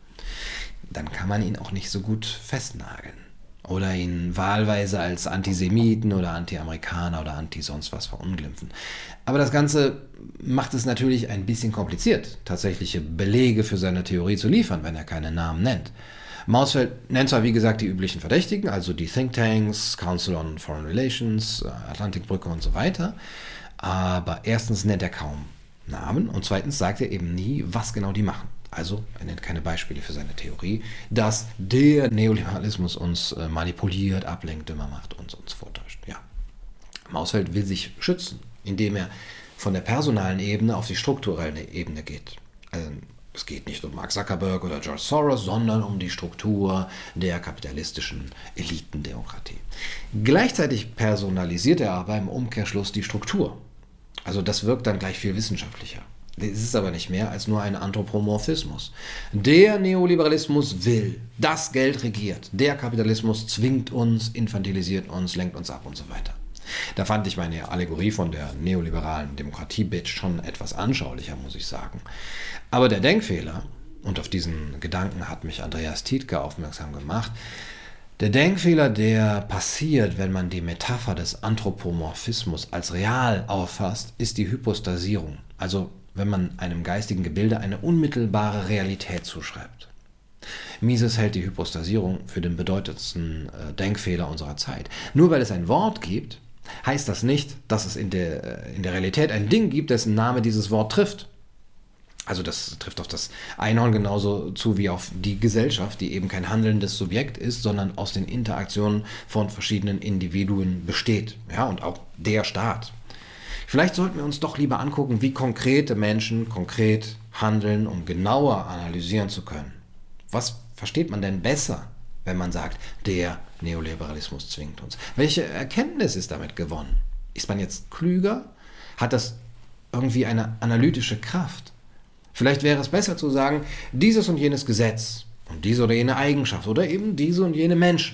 Dann kann man ihn auch nicht so gut festnageln oder ihn wahlweise als Antisemiten oder Anti-Amerikaner oder Anti-sonst was verunglimpfen. Aber das Ganze macht es natürlich ein bisschen kompliziert, tatsächliche Belege für seine Theorie zu liefern, wenn er keine Namen nennt. Mausfeld nennt zwar wie gesagt die üblichen Verdächtigen, also die Thinktanks, Council on Foreign Relations, Atlantikbrücke und so weiter, aber erstens nennt er kaum Namen und zweitens sagt er eben nie, was genau die machen. Also er nennt keine Beispiele für seine Theorie, dass der Neoliberalismus uns äh, manipuliert, ablenkt, dümmer macht und uns vortäuscht. Ja. Mausfeld will sich schützen, indem er von der personalen Ebene auf die strukturelle Ebene geht. Also, es geht nicht um Mark Zuckerberg oder George Soros, sondern um die Struktur der kapitalistischen Elitendemokratie. Gleichzeitig personalisiert er aber im Umkehrschluss die Struktur. Also das wirkt dann gleich viel wissenschaftlicher. Es ist aber nicht mehr als nur ein Anthropomorphismus. Der Neoliberalismus will, das Geld regiert. Der Kapitalismus zwingt uns, infantilisiert uns, lenkt uns ab und so weiter. Da fand ich meine Allegorie von der neoliberalen Demokratie-Bitch schon etwas anschaulicher, muss ich sagen. Aber der Denkfehler, und auf diesen Gedanken hat mich Andreas Tietke aufmerksam gemacht, der Denkfehler, der passiert, wenn man die Metapher des Anthropomorphismus als real auffasst, ist die Hypostasierung. Also wenn man einem geistigen Gebilde eine unmittelbare Realität zuschreibt. Mises hält die Hypostasierung für den bedeutendsten äh, Denkfehler unserer Zeit. Nur weil es ein Wort gibt, heißt das nicht, dass es in der, äh, in der Realität ein Ding gibt, dessen Name dieses Wort trifft. Also das trifft auf das Einhorn genauso zu wie auf die Gesellschaft, die eben kein handelndes Subjekt ist, sondern aus den Interaktionen von verschiedenen Individuen besteht. Ja, und auch der Staat. Vielleicht sollten wir uns doch lieber angucken, wie konkrete Menschen konkret handeln, um genauer analysieren zu können. Was versteht man denn besser, wenn man sagt, der Neoliberalismus zwingt uns? Welche Erkenntnis ist damit gewonnen? Ist man jetzt klüger? Hat das irgendwie eine analytische Kraft? Vielleicht wäre es besser zu sagen, dieses und jenes Gesetz und diese oder jene Eigenschaft oder eben diese und jene Menschen.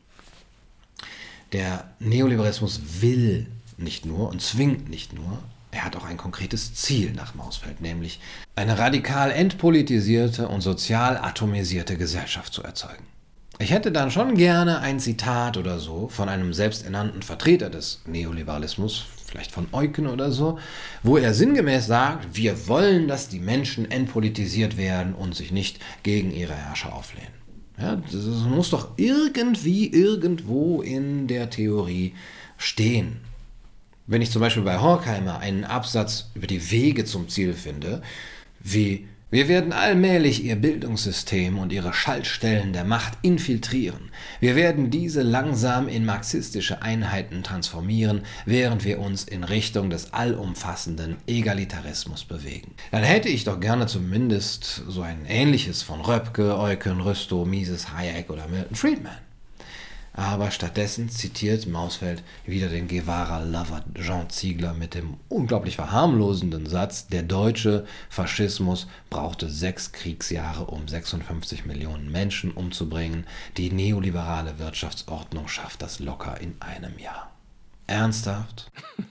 Der Neoliberalismus will nicht nur und zwingt nicht nur, er hat auch ein konkretes Ziel nach Mausfeld, nämlich eine radikal entpolitisierte und sozial atomisierte Gesellschaft zu erzeugen. Ich hätte dann schon gerne ein Zitat oder so von einem selbsternannten Vertreter des Neoliberalismus, vielleicht von Eucken oder so, wo er sinngemäß sagt, wir wollen, dass die Menschen entpolitisiert werden und sich nicht gegen ihre Herrscher auflehnen. Ja, das muss doch irgendwie irgendwo in der Theorie stehen. Wenn ich zum Beispiel bei Horkheimer einen Absatz über die Wege zum Ziel finde, wie wir werden allmählich ihr Bildungssystem und ihre Schaltstellen der Macht infiltrieren. Wir werden diese langsam in marxistische Einheiten transformieren, während wir uns in Richtung des allumfassenden Egalitarismus bewegen. Dann hätte ich doch gerne zumindest so ein ähnliches von Röpke, Eucken, Rüstow, Mises, Hayek oder Milton Friedman. Aber stattdessen zitiert Mausfeld wieder den Guevara-Lover Jean Ziegler mit dem unglaublich verharmlosenden Satz, der deutsche Faschismus brauchte sechs Kriegsjahre, um sechsundfünfzig Millionen Menschen umzubringen. Die neoliberale Wirtschaftsordnung schafft das locker in einem Jahr. Ernsthaft?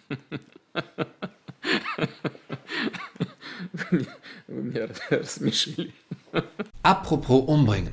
Apropos umbringen.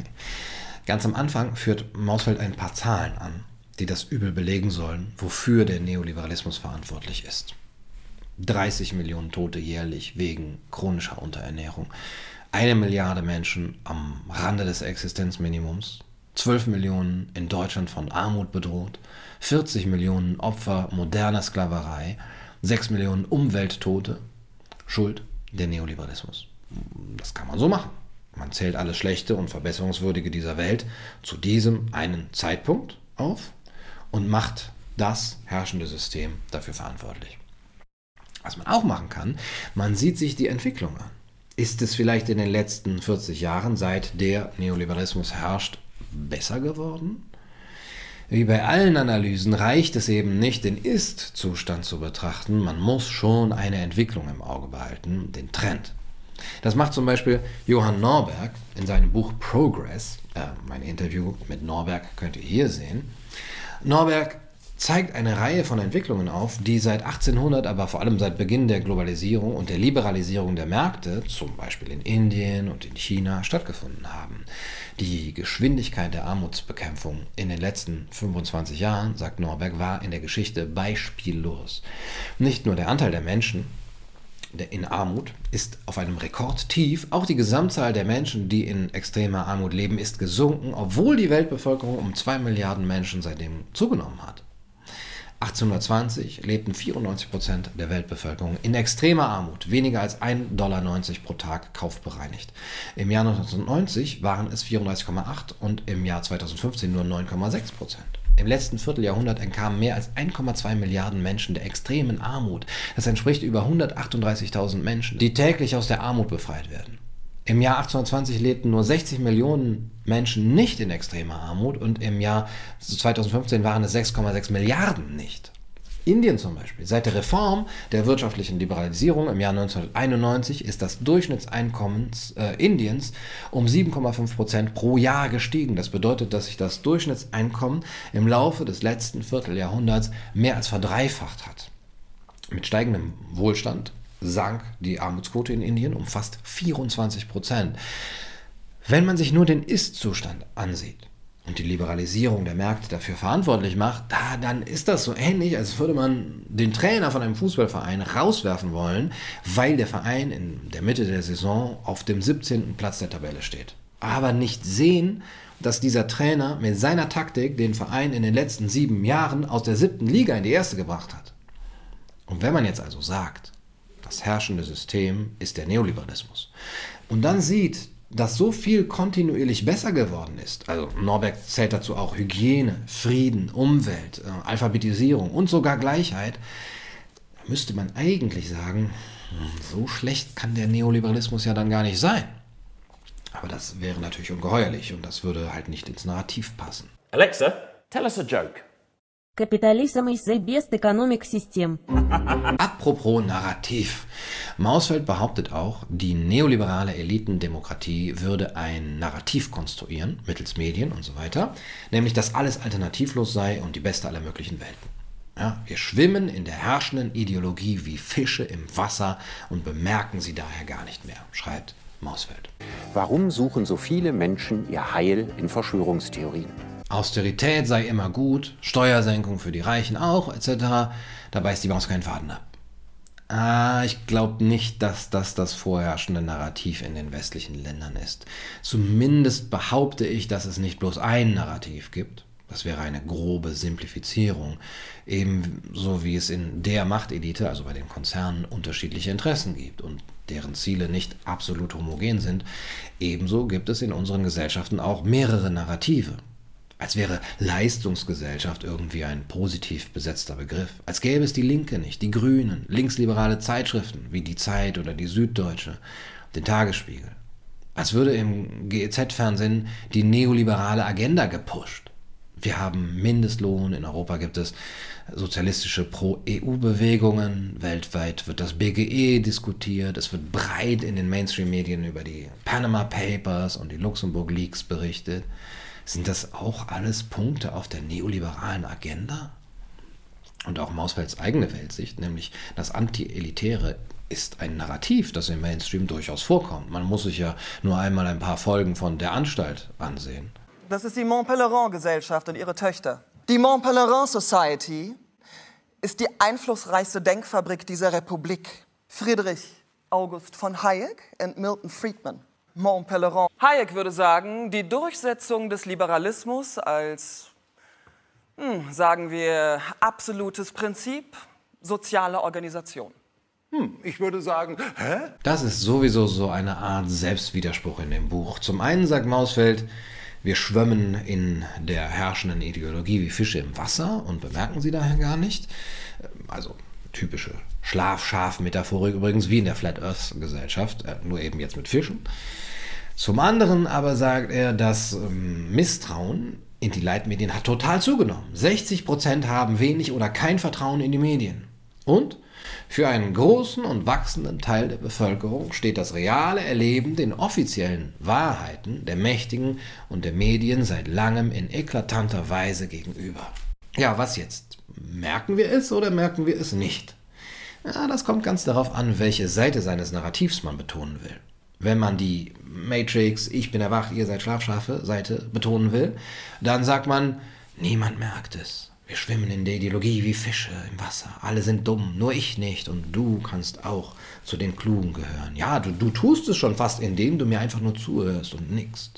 Ganz am Anfang führt Mausfeld ein paar Zahlen an, die das Übel belegen sollen, wofür der Neoliberalismus verantwortlich ist. dreißig Millionen Tote jährlich wegen chronischer Unterernährung, eine Milliarde Menschen am Rande des Existenzminimums, zwölf Millionen in Deutschland von Armut bedroht, vierzig Millionen Opfer moderner Sklaverei, sechs Millionen Umwelttote. Schuld der Neoliberalismus. Das kann man so machen. Man zählt alles Schlechte und Verbesserungswürdige dieser Welt zu diesem einen Zeitpunkt auf und macht das herrschende System dafür verantwortlich. Was man auch machen kann, man sieht sich die Entwicklung an. Ist es vielleicht in den letzten vierzig Jahren, seit der Neoliberalismus herrscht, besser geworden? Wie bei allen Analysen reicht es eben nicht, den Ist-Zustand zu betrachten, man muss schon eine Entwicklung im Auge behalten, den Trend. Das macht zum Beispiel Johann Norberg in seinem Buch Progress. Äh, mein Interview mit Norberg könnt ihr hier sehen. Norberg zeigt eine Reihe von Entwicklungen auf, die seit achtzehnhundert, aber vor allem seit Beginn der Globalisierung und der Liberalisierung der Märkte, zum Beispiel in Indien und in China, stattgefunden haben. Die Geschwindigkeit der Armutsbekämpfung in den letzten fünfundzwanzig Jahren, sagt Norberg, war in der Geschichte beispiellos. Nicht nur der Anteil der Menschen in Armut ist auf einem Rekordtief, auch die Gesamtzahl der Menschen, die in extremer Armut leben, ist gesunken, obwohl die Weltbevölkerung um zwei Milliarden Menschen seitdem zugenommen hat. achtzehnhundertzwanzig lebten vierundneunzig Prozent der Weltbevölkerung in extremer Armut, weniger als ein Dollar neunzig pro Tag kaufbereinigt. Im Jahr neunzehnhundertneunzig waren es vierunddreißig Komma acht und im Jahr zweitausendfünfzehn nur neun Komma sechs Prozent. Im letzten Vierteljahrhundert entkamen mehr als ein Komma zwei Milliarden Menschen der extremen Armut. Das entspricht über hundertachtunddreißigtausend Menschen, die täglich aus der Armut befreit werden. Im Jahr achtzehnhundertzwanzig lebten nur sechzig Millionen Menschen nicht in extremer Armut und im Jahr zweitausendfünfzehn waren es sechs Komma sechs Milliarden nicht. Indien zum Beispiel. Seit der Reform der wirtschaftlichen Liberalisierung im Jahr neunzehnhunderteinundneunzig ist das Durchschnittseinkommen äh, Indiens um sieben Komma fünf Prozent pro Jahr gestiegen. Das bedeutet, dass sich das Durchschnittseinkommen im Laufe des letzten Vierteljahrhunderts mehr als verdreifacht hat. Mit steigendem Wohlstand sank die Armutsquote in Indien um fast vierundzwanzig Prozent. Wenn man sich nur den Ist-Zustand ansieht und die Liberalisierung der Märkte dafür verantwortlich macht, da, dann ist das so ähnlich, als würde man den Trainer von einem Fußballverein rauswerfen wollen, weil der Verein in der Mitte der Saison auf dem siebzehnten Platz der Tabelle steht. Aber nicht sehen, dass dieser Trainer mit seiner Taktik den Verein in den letzten sieben Jahren aus der siebten Liga in die erste gebracht hat. Und wenn man jetzt also sagt, das herrschende System ist der Neoliberalismus, und dann sieht, dass so viel kontinuierlich besser geworden ist, also Norberg zählt dazu auch Hygiene, Frieden, Umwelt, äh, Alphabetisierung und sogar Gleichheit, da müsste man eigentlich sagen, so schlecht kann der Neoliberalismus ja dann gar nicht sein. Aber das wäre natürlich ungeheuerlich und das würde halt nicht ins Narrativ passen. Alexa, tell us a joke. Capitalism is the best economic system. Apropos Narrativ. Mausfeld behauptet auch, die neoliberale Elitendemokratie würde ein Narrativ konstruieren, mittels Medien und so weiter, nämlich, dass alles alternativlos sei und die beste aller möglichen Welten. Ja, wir schwimmen in der herrschenden Ideologie wie Fische im Wasser und bemerken sie daher gar nicht mehr, schreibt Mausfeld. Warum suchen so viele Menschen ihr Heil in Verschwörungstheorien? Austerität sei immer gut, Steuersenkung für die Reichen auch, et cetera. Da beißt die Maus keinen Faden ab. Ah, ich glaube nicht, dass das das vorherrschende Narrativ in den westlichen Ländern ist. Zumindest behaupte ich, dass es nicht bloß ein Narrativ gibt. Das wäre eine grobe Simplifizierung. Ebenso wie es in der Machtelite, also bei den Konzernen, unterschiedliche Interessen gibt und deren Ziele nicht absolut homogen sind. Ebenso gibt es in unseren Gesellschaften auch mehrere Narrative. Als wäre Leistungsgesellschaft irgendwie ein positiv besetzter Begriff. Als gäbe es die Linke nicht, die Grünen, linksliberale Zeitschriften wie die Zeit oder die Süddeutsche, den Tagesspiegel. Als würde im G E Z-Fernsehen die neoliberale Agenda gepusht. Wir haben Mindestlohn, in Europa gibt es sozialistische Pro-E U-Bewegungen, weltweit wird das B G E diskutiert, es wird breit in den Mainstream-Medien über die Panama Papers und die Luxemburg Leaks berichtet. Sind das auch alles Punkte auf der neoliberalen Agenda? Und auch Mausfelds eigene Weltsicht, nämlich das Anti-Elitäre, ist ein Narrativ, das im Mainstream durchaus vorkommt. Man muss sich ja nur einmal ein paar Folgen von Der Anstalt ansehen. Das ist die Mont Pelerin-Gesellschaft und ihre Töchter. Die Mont Pelerin Society ist die einflussreichste Denkfabrik dieser Republik. Friedrich August von Hayek und Milton Friedman. Mont Pelerin. Hayek würde sagen, die Durchsetzung des Liberalismus als, hm, sagen wir, absolutes Prinzip sozialer Organisation. Hm, ich würde sagen, hä? Das ist sowieso so eine Art Selbstwiderspruch in dem Buch. Zum einen sagt Mausfeld, wir schwimmen in der herrschenden Ideologie wie Fische im Wasser und bemerken sie daher gar nicht. Also typische Schlaf-Schaf-Metaphorik übrigens, wie in der Flat Earth Gesellschaft, nur eben jetzt mit Fischen. Zum anderen aber sagt er, das Misstrauen in die Leitmedien hat total zugenommen. sechzig Prozent haben wenig oder kein Vertrauen in die Medien. Und für einen großen und wachsenden Teil der Bevölkerung steht das reale Erleben den offiziellen Wahrheiten der Mächtigen und der Medien seit langem in eklatanter Weise gegenüber. Ja, was jetzt? Merken wir es oder merken wir es nicht? Ja, das kommt ganz darauf an, welche Seite seines Narrativs man betonen will. Wenn man die Matrix, ich bin erwacht, ihr seid Schlafschafe Seite betonen will, dann sagt man, niemand merkt es. Wir schwimmen in der Ideologie wie Fische im Wasser. Alle sind dumm, nur ich nicht. Und du kannst auch zu den Klugen gehören. Ja, du, du tust es schon fast, indem du mir einfach nur zuhörst und nickst.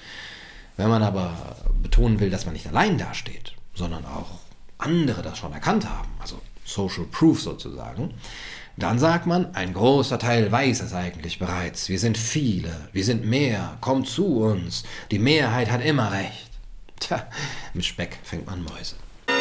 Wenn man aber betonen will, dass man nicht allein dasteht, sondern auch andere das schon erkannt haben, also Social Proof sozusagen, dann sagt man, ein großer Teil weiß es eigentlich bereits. Wir sind viele, wir sind mehr, kommt zu uns. Die Mehrheit hat immer recht. Tja, mit Speck fängt man Mäuse.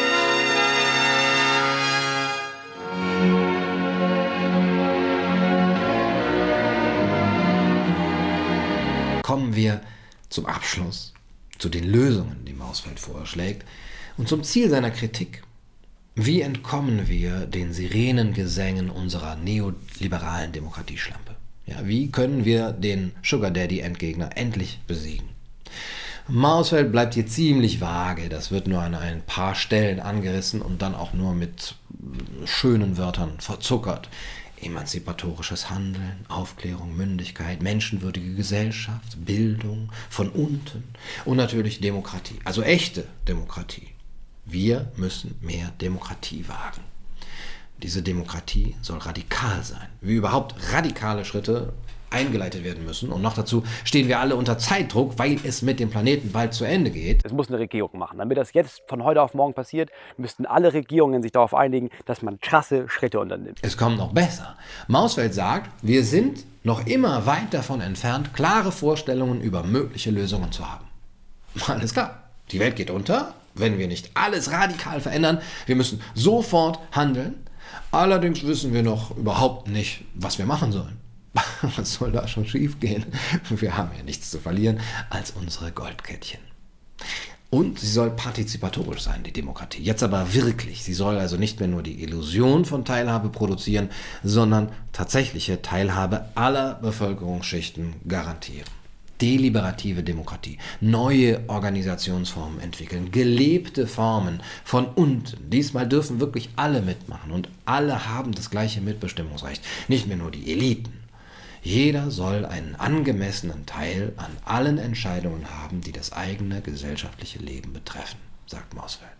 Kommen wir zum Abschluss, zu den Lösungen, die Mausfeld vorschlägt, und zum Ziel seiner Kritik. Wie entkommen wir den Sirenengesängen unserer neoliberalen Demokratieschlampe? Ja, wie können wir den Sugar Daddy-Endgegner endlich besiegen? Mausfeld bleibt hier ziemlich vage, das wird nur an ein paar Stellen angerissen und dann auch nur mit schönen Wörtern verzuckert. Emanzipatorisches Handeln, Aufklärung, Mündigkeit, menschenwürdige Gesellschaft, Bildung von unten und natürlich Demokratie, also echte Demokratie. Wir müssen mehr Demokratie wagen. Diese Demokratie soll radikal sein, wie überhaupt radikale Schritte eingeleitet werden müssen. Und noch dazu stehen wir alle unter Zeitdruck, weil es mit dem Planeten bald zu Ende geht. Das muss eine Regierung machen. Damit das jetzt von heute auf morgen passiert, müssten alle Regierungen sich darauf einigen, dass man krasse Schritte unternimmt. Es kommt noch besser. Mausfeld sagt, wir sind noch immer weit davon entfernt, klare Vorstellungen über mögliche Lösungen zu haben. Alles klar, die Welt geht unter, wenn wir nicht alles radikal verändern. Wir müssen sofort handeln. Allerdings wissen wir noch überhaupt nicht, was wir machen sollen. Was soll da schon schief gehen? Wir haben ja nichts zu verlieren als unsere Goldkettchen. Und sie soll partizipatorisch sein, die Demokratie. Jetzt aber wirklich. Sie soll also nicht mehr nur die Illusion von Teilhabe produzieren, sondern tatsächliche Teilhabe aller Bevölkerungsschichten garantieren. Deliberative Demokratie, neue Organisationsformen entwickeln, gelebte Formen von unten. Diesmal dürfen wirklich alle mitmachen und alle haben das gleiche Mitbestimmungsrecht, nicht mehr nur die Eliten. Jeder soll einen angemessenen Teil an allen Entscheidungen haben, die das eigene gesellschaftliche Leben betreffen, sagt Mausfeld.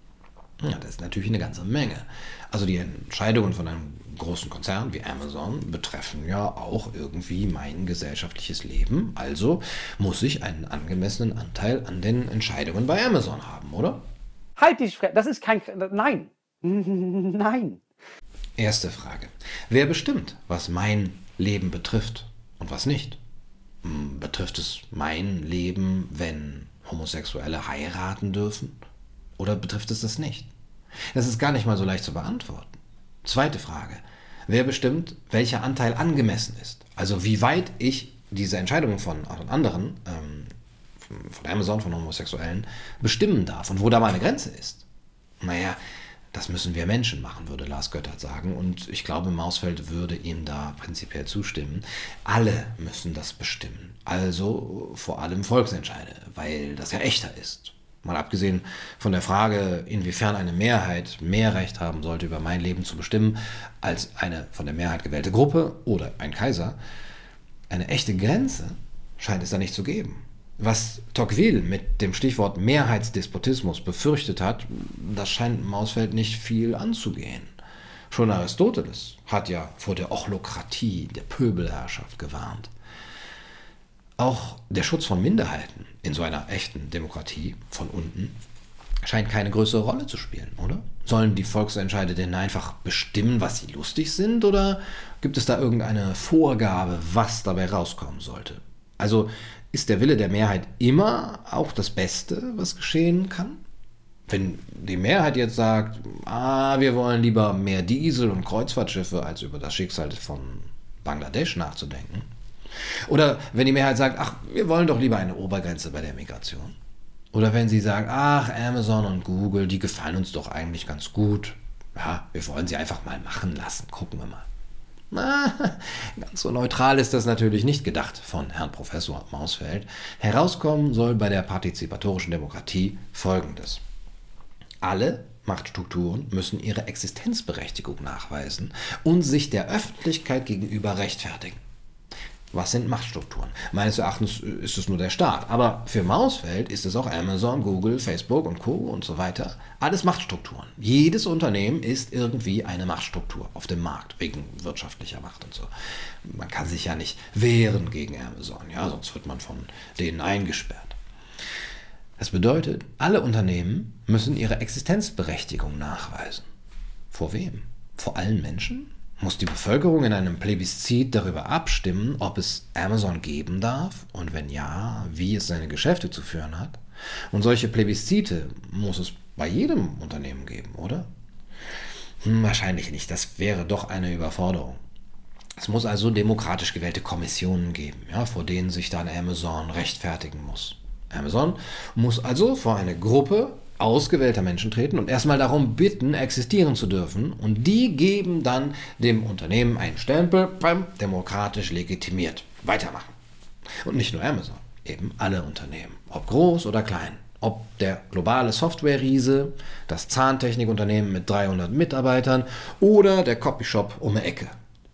Ja, das ist natürlich eine ganze Menge. Also die Entscheidungen von einem großen Konzern wie Amazon betreffen ja auch irgendwie mein gesellschaftliches Leben. Also muss ich einen angemessenen Anteil an den Entscheidungen bei Amazon haben, oder? Halt die Fresse, das ist kein... Nein. Nein. Erste Frage. Wer bestimmt, was mein Leben betrifft und was nicht? Betrifft es mein Leben, wenn Homosexuelle heiraten dürfen? Oder betrifft es das nicht? Das ist gar nicht mal so leicht zu beantworten. Zweite Frage. Wer bestimmt, welcher Anteil angemessen ist? Also wie weit ich diese Entscheidungen von anderen ähm, von Amazon, von Homosexuellen, bestimmen darf und wo da mal eine Grenze ist. Naja, das müssen wir Menschen machen, würde Lars Göttert sagen. Und ich glaube, Mausfeld würde ihm da prinzipiell zustimmen. Alle müssen das bestimmen. Also vor allem Volksentscheide, weil das ja echter ist. Mal abgesehen von der Frage, inwiefern eine Mehrheit mehr Recht haben sollte, über mein Leben zu bestimmen, als eine von der Mehrheit gewählte Gruppe oder ein Kaiser. Eine echte Grenze scheint es da nicht zu geben. Was Tocqueville mit dem Stichwort Mehrheitsdespotismus befürchtet hat, das scheint Mausfeld nicht viel anzugehen. Schon Aristoteles hat ja vor der Ochlokratie, der Pöbelherrschaft gewarnt. Auch der Schutz von Minderheiten in so einer echten Demokratie von unten scheint keine größere Rolle zu spielen, oder? Sollen die Volksentscheide denn einfach bestimmen, was sie lustig sind, oder gibt es da irgendeine Vorgabe, was dabei rauskommen sollte? Also ist der Wille der Mehrheit immer auch das Beste, was geschehen kann? Wenn die Mehrheit jetzt sagt, ah, wir wollen lieber mehr Diesel und Kreuzfahrtschiffe, als über das Schicksal von Bangladesch nachzudenken. Oder wenn die Mehrheit sagt, ach, wir wollen doch lieber eine Obergrenze bei der Migration. Oder wenn sie sagt, ach, Amazon und Google, die gefallen uns doch eigentlich ganz gut. Ja, wir wollen sie einfach mal machen lassen, gucken wir mal. Na, ganz so neutral ist das natürlich nicht gedacht von Herrn Professor Mausfeld. Herauskommen soll bei der partizipatorischen Demokratie Folgendes. Alle Machtstrukturen müssen ihre Existenzberechtigung nachweisen und sich der Öffentlichkeit gegenüber rechtfertigen. Was sind Machtstrukturen? Meines Erachtens ist es nur der Staat. Aber für Mausfeld ist es auch Amazon, Google, Facebook und Co. und so weiter. Alles Machtstrukturen. Jedes Unternehmen ist irgendwie eine Machtstruktur auf dem Markt, wegen wirtschaftlicher Macht und so. Man kann sich ja nicht wehren gegen Amazon, ja, sonst wird man von denen eingesperrt. Das bedeutet, alle Unternehmen müssen ihre Existenzberechtigung nachweisen. Vor wem? Vor allen Menschen? Muss die Bevölkerung in einem Plebiszit darüber abstimmen, ob es Amazon geben darf und wenn ja, wie es seine Geschäfte zu führen hat? Und solche Plebiszite muss es bei jedem Unternehmen geben, oder? Hm, wahrscheinlich nicht, das wäre doch eine Überforderung. Es muss also demokratisch gewählte Kommissionen geben, ja, vor denen sich dann Amazon rechtfertigen muss. Amazon muss also vor eine Gruppe ausgewählter Menschen treten und erstmal darum bitten, existieren zu dürfen. Und die geben dann dem Unternehmen einen Stempel, beim demokratisch legitimiert. Weitermachen. Und nicht nur Amazon, eben alle Unternehmen, ob groß oder klein. Ob der globale Software-Riese, das Zahntechnikunternehmen mit dreihundert Mitarbeitern oder der Copyshop um die Ecke.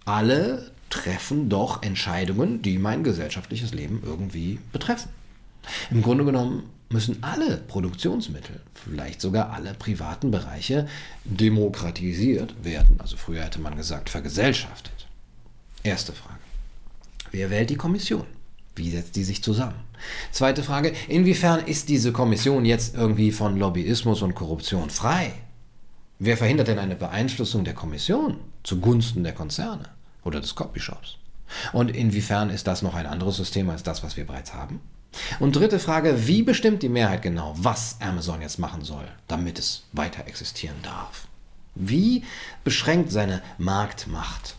Alle treffen doch Entscheidungen, die mein gesellschaftliches Leben irgendwie betreffen. Im Grunde genommen müssen alle Produktionsmittel, vielleicht sogar alle privaten Bereiche, demokratisiert werden. Also früher hätte man gesagt, vergesellschaftet. Erste Frage. Wer wählt die Kommission? Wie setzt die sich zusammen? Zweite Frage. Inwiefern ist diese Kommission jetzt irgendwie von Lobbyismus und Korruption frei? Wer verhindert denn eine Beeinflussung der Kommission zugunsten der Konzerne oder des Copyshops? Und inwiefern ist das noch ein anderes System als das, was wir bereits haben? Und dritte Frage, wie bestimmt die Mehrheit genau, was Amazon jetzt machen soll, damit es weiter existieren darf? Wie beschränkt seine Marktmacht?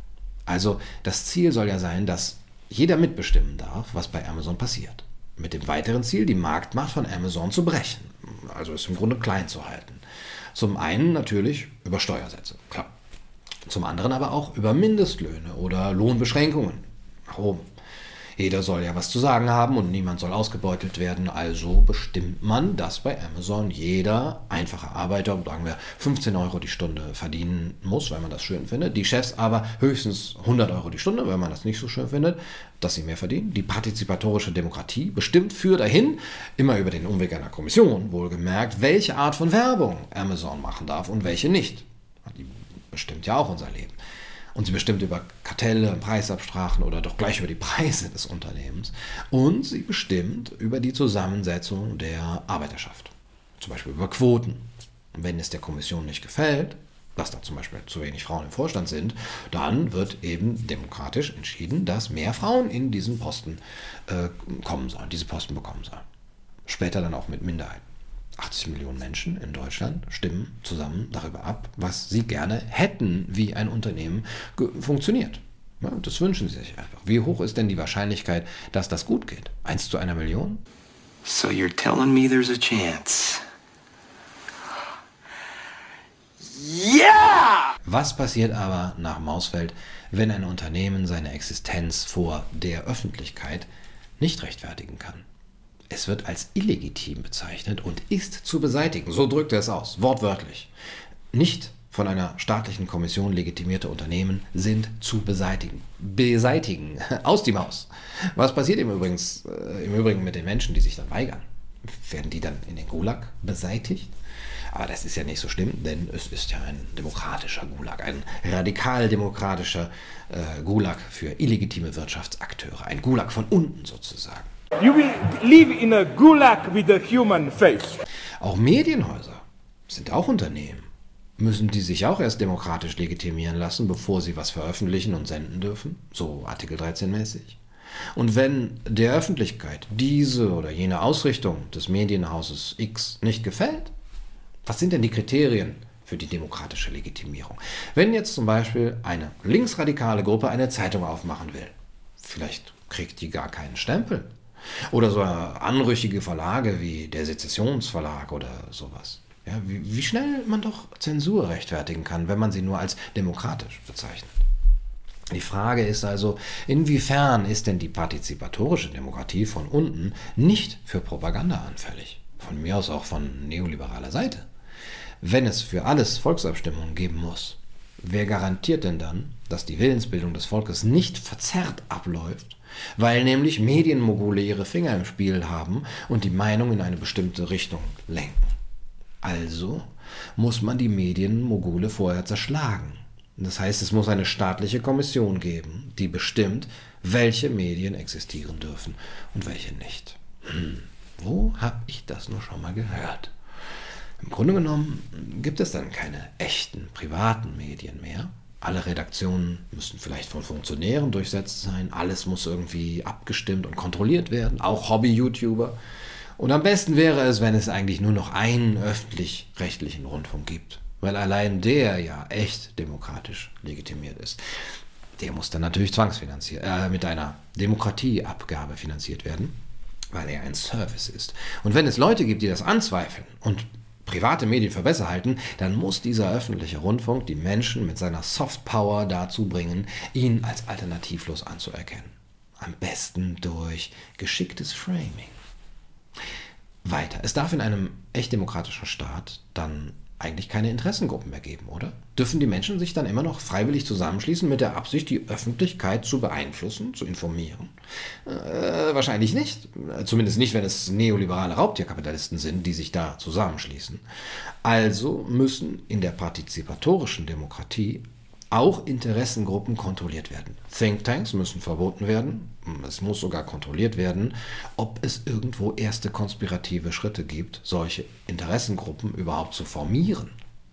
Also das Ziel soll ja sein, dass jeder mitbestimmen darf, was bei Amazon passiert. Mit dem weiteren Ziel, die Marktmacht von Amazon zu brechen, also es im Grunde klein zu halten. Zum einen natürlich über Steuersätze, klar. Zum anderen aber auch über Mindestlöhne oder Lohnbeschränkungen nach oben. Jeder soll ja was zu sagen haben und niemand soll ausgebeutelt werden, also bestimmt man, dass bei Amazon jeder einfache Arbeiter, sagen wir, fünfzehn Euro die Stunde verdienen muss, weil man das schön findet. Die Chefs aber höchstens hundert Euro die Stunde, weil man das nicht so schön findet, dass sie mehr verdienen. Die partizipatorische Demokratie bestimmt für dahin, immer über den Umweg einer Kommission, wohlgemerkt, welche Art von Werbung Amazon machen darf und welche nicht. Die bestimmt ja auch unser Leben. Und sie bestimmt über Kartelle, Preisabsprachen oder doch gleich über die Preise des Unternehmens. Und sie bestimmt über die Zusammensetzung der Arbeiterschaft. Zum Beispiel über Quoten. Und wenn es der Kommission nicht gefällt, dass da zum Beispiel zu wenig Frauen im Vorstand sind, dann wird eben demokratisch entschieden, dass mehr Frauen in diesen Posten äh, kommen sollen, diese Posten bekommen sollen. Später dann auch mit Minderheiten. achtzig Millionen Menschen in Deutschland stimmen zusammen darüber ab, was sie gerne hätten, wie ein Unternehmen funktioniert. Ja, das wünschen sie sich einfach. Wie hoch ist denn die Wahrscheinlichkeit, dass das gut geht? Eins zu einer Million? So you're telling me there's a chance? Yeah! Was passiert aber nach Mausfeld, wenn ein Unternehmen seine Existenz vor der Öffentlichkeit nicht rechtfertigen kann? Es wird als illegitim bezeichnet und ist zu beseitigen, so drückt er es aus, wortwörtlich. Nicht von einer staatlichen Kommission legitimierte Unternehmen sind zu beseitigen. Beseitigen, aus die Maus. Was passiert im, Übrigens, äh, im Übrigen mit den Menschen, die sich dann weigern? Werden die dann in den Gulag beseitigt? Aber das ist ja nicht so schlimm, denn es ist ja ein demokratischer Gulag, ein radikal-demokratischer äh, Gulag für illegitime Wirtschaftsakteure, ein Gulag von unten sozusagen. You will live in a gulag with a human face. Auch Medienhäuser sind auch Unternehmen. Müssen die sich auch erst demokratisch legitimieren lassen, bevor sie was veröffentlichen und senden dürfen? So Artikel dreizehn mäßig. Und wenn der Öffentlichkeit diese oder jene Ausrichtung des Medienhauses X nicht gefällt, was sind denn die Kriterien für die demokratische Legitimierung? Wenn jetzt zum Beispiel eine linksradikale Gruppe eine Zeitung aufmachen will, vielleicht kriegt die gar keinen Stempel. Oder so anrüchige Verlage wie der Sezessionsverlag oder sowas. Ja, wie, wie schnell man doch Zensur rechtfertigen kann, wenn man sie nur als demokratisch bezeichnet. Die Frage ist also, inwiefern ist denn die partizipatorische Demokratie von unten nicht für Propaganda anfällig? Von mir aus auch von neoliberaler Seite. Wenn es für alles Volksabstimmungen geben muss, wer garantiert denn dann, dass die Willensbildung des Volkes nicht verzerrt abläuft, weil nämlich Medienmogule ihre Finger im Spiel haben und die Meinung in eine bestimmte Richtung lenken? Also muss man die Medienmogule vorher zerschlagen. Das heißt, es muss eine staatliche Kommission geben, die bestimmt, welche Medien existieren dürfen und welche nicht. Hm, wo habe ich das nur schon mal gehört? Im Grunde genommen gibt es dann keine echten privaten Medien mehr. Alle Redaktionen müssen vielleicht von Funktionären durchsetzt sein. Alles muss irgendwie abgestimmt und kontrolliert werden, auch Hobby-YouTuber. Und am besten wäre es, wenn es eigentlich nur noch einen öffentlich-rechtlichen Rundfunk gibt, weil allein der ja echt demokratisch legitimiert ist. Der muss dann natürlich zwangsfinanziert, äh, mit einer Demokratieabgabe finanziert werden, weil er ein Service ist. Und wenn es Leute gibt, die das anzweifeln und private Medien für besser halten, dann muss dieser öffentliche Rundfunk die Menschen mit seiner Softpower dazu bringen, ihn als alternativlos anzuerkennen. Am besten durch geschicktes Framing. Weiter. Es darf in einem echt demokratischen Staat dann eigentlich keine Interessengruppen mehr geben, oder? Dürfen die Menschen sich dann immer noch freiwillig zusammenschließen mit der Absicht, die Öffentlichkeit zu beeinflussen, zu informieren? Äh, wahrscheinlich nicht. Zumindest nicht, wenn es neoliberale Raubtierkapitalisten sind, die sich da zusammenschließen. Also müssen in der partizipatorischen Demokratie auch Interessengruppen kontrolliert werden. Thinktanks müssen verboten werden. Es muss sogar kontrolliert werden, ob es irgendwo erste konspirative Schritte gibt, solche Interessengruppen überhaupt zu formieren.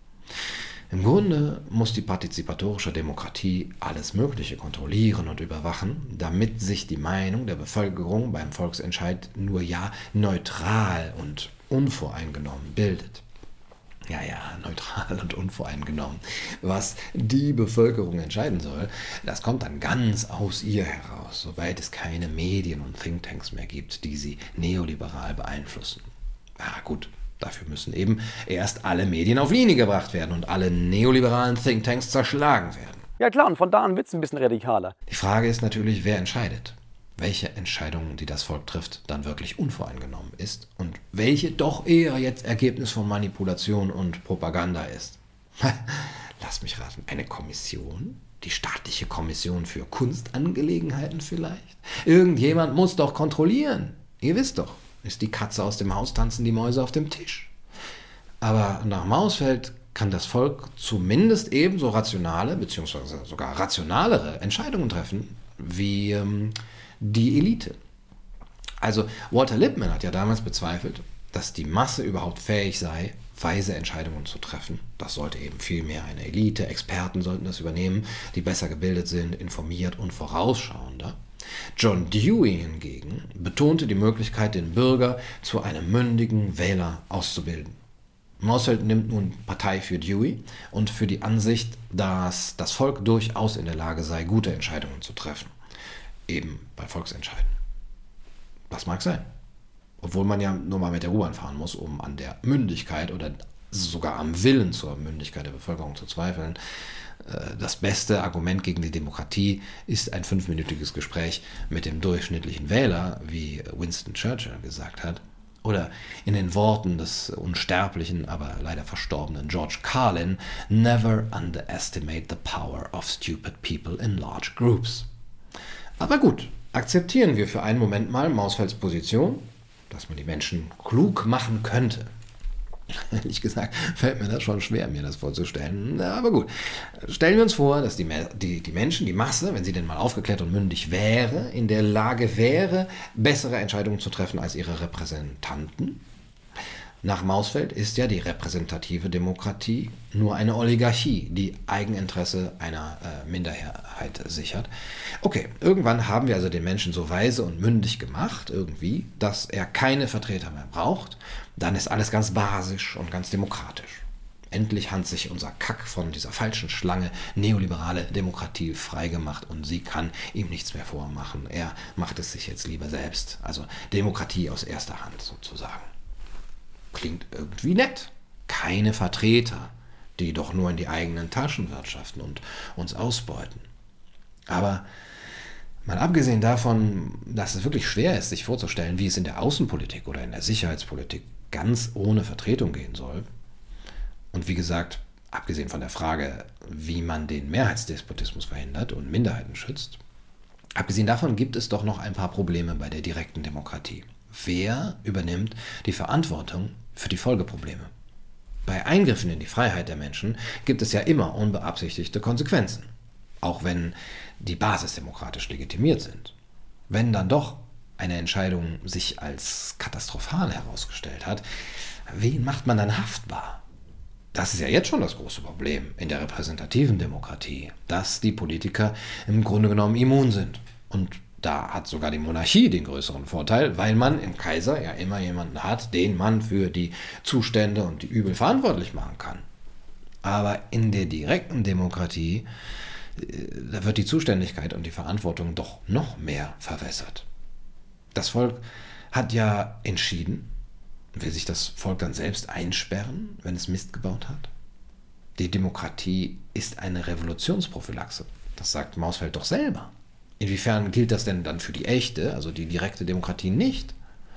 Im Grunde muss die partizipatorische Demokratie alles Mögliche kontrollieren und überwachen, damit sich die Meinung der Bevölkerung beim Volksentscheid nur ja neutral und unvoreingenommen bildet. Ja, ja, neutral und unvoreingenommen. Was die Bevölkerung entscheiden soll, das kommt dann ganz aus ihr heraus, sobald es keine Medien und Thinktanks mehr gibt, die sie neoliberal beeinflussen. Ja, gut, dafür müssen eben erst alle Medien auf Linie gebracht werden und alle neoliberalen Thinktanks zerschlagen werden. Ja klar, und von da an wird es ein bisschen radikaler. Die Frage ist natürlich, wer entscheidet? Welche Entscheidung, die das Volk trifft, dann wirklich unvoreingenommen ist und welche doch eher jetzt Ergebnis von Manipulation und Propaganda ist. Lass mich raten, eine Kommission? Die staatliche Kommission für Kunstangelegenheiten vielleicht? Irgendjemand muss doch kontrollieren. Ihr wisst doch, ist die Katze aus dem Haus, tanzen die Mäuse auf dem Tisch. Aber nach Mausfeld kann das Volk zumindest ebenso rationale, beziehungsweise sogar rationalere Entscheidungen treffen, wie ähm, die Elite. Also Walter Lippmann hat ja damals bezweifelt, dass die Masse überhaupt fähig sei, weise Entscheidungen zu treffen. Das sollte eben vielmehr eine Elite, Experten sollten das übernehmen, die besser gebildet sind, informiert und vorausschauender. John Dewey hingegen betonte die Möglichkeit, den Bürger zu einem mündigen Wähler auszubilden. Mausfeld nimmt nun Partei für Dewey und für die Ansicht, dass das Volk durchaus in der Lage sei, gute Entscheidungen zu treffen. Eben bei Volksentscheiden. Das mag sein. obwohl man ja nur mal mit der U-Bahn fahren muss, um an der Mündigkeit oder sogar am Willen zur Mündigkeit der Bevölkerung zu zweifeln. Das beste Argument gegen die Demokratie ist ein fünfminütiges Gespräch mit dem durchschnittlichen Wähler, wie Winston Churchill gesagt hat. Oder in den Worten des unsterblichen, aber leider verstorbenen George Carlin, never underestimate the power of stupid people in large groups. Aber gut, akzeptieren wir für einen Moment mal Mausfelds Position, dass man die Menschen klug machen könnte. Ehrlich gesagt fällt mir das schon schwer, mir das vorzustellen. Aber gut, stellen wir uns vor, dass die, die, die Menschen, die Masse, wenn sie denn mal aufgeklärt und mündig wäre, in der Lage wäre, bessere Entscheidungen zu treffen als ihre Repräsentanten. Nach Mausfeld ist ja die repräsentative Demokratie nur eine Oligarchie, die Eigeninteresse einer äh, Minderheit sichert. Okay, irgendwann haben wir also den Menschen so weise und mündig gemacht, irgendwie, dass er keine Vertreter mehr braucht. Dann ist alles ganz basisch und ganz demokratisch. Endlich hat sich unser Kack von dieser falschen Schlange neoliberale Demokratie freigemacht und sie kann ihm nichts mehr vormachen. Er macht es sich jetzt lieber selbst. Also Demokratie aus erster Hand sozusagen. Klingt irgendwie nett. Keine Vertreter, die doch nur in die eigenen Taschen wirtschaften und uns ausbeuten. Aber mal abgesehen davon, dass es wirklich schwer ist, sich vorzustellen, wie es in der Außenpolitik oder in der Sicherheitspolitik ganz ohne Vertretung gehen soll. Und wie gesagt, abgesehen von der Frage, wie man den Mehrheitsdespotismus verhindert und Minderheiten schützt, abgesehen davon gibt es doch noch ein paar Probleme bei der direkten Demokratie. Wer übernimmt die Verantwortung für die Folgeprobleme? Bei Eingriffen in die Freiheit der Menschen gibt es ja immer unbeabsichtigte Konsequenzen, auch wenn die basisdemokratisch legitimiert sind. Wenn dann doch eine Entscheidung sich als katastrophal herausgestellt hat, wen macht man dann haftbar? Das ist ja jetzt schon das große Problem in der repräsentativen Demokratie, dass die Politiker im Grunde genommen immun sind. Und da hat sogar die Monarchie den größeren Vorteil, weil man im Kaiser ja immer jemanden hat, den man für die Zustände und die Übel verantwortlich machen kann. Aber in der direkten Demokratie, da wird die Zuständigkeit und die Verantwortung doch noch mehr verwässert. Das Volk hat ja entschieden. Will sich das Volk dann selbst einsperren, wenn es Mist gebaut hat? Die Demokratie ist eine Revolutionsprophylaxe. Das sagt Mausfeld doch selber. Inwiefern gilt das denn dann für die echte, also die direkte Demokratie nicht?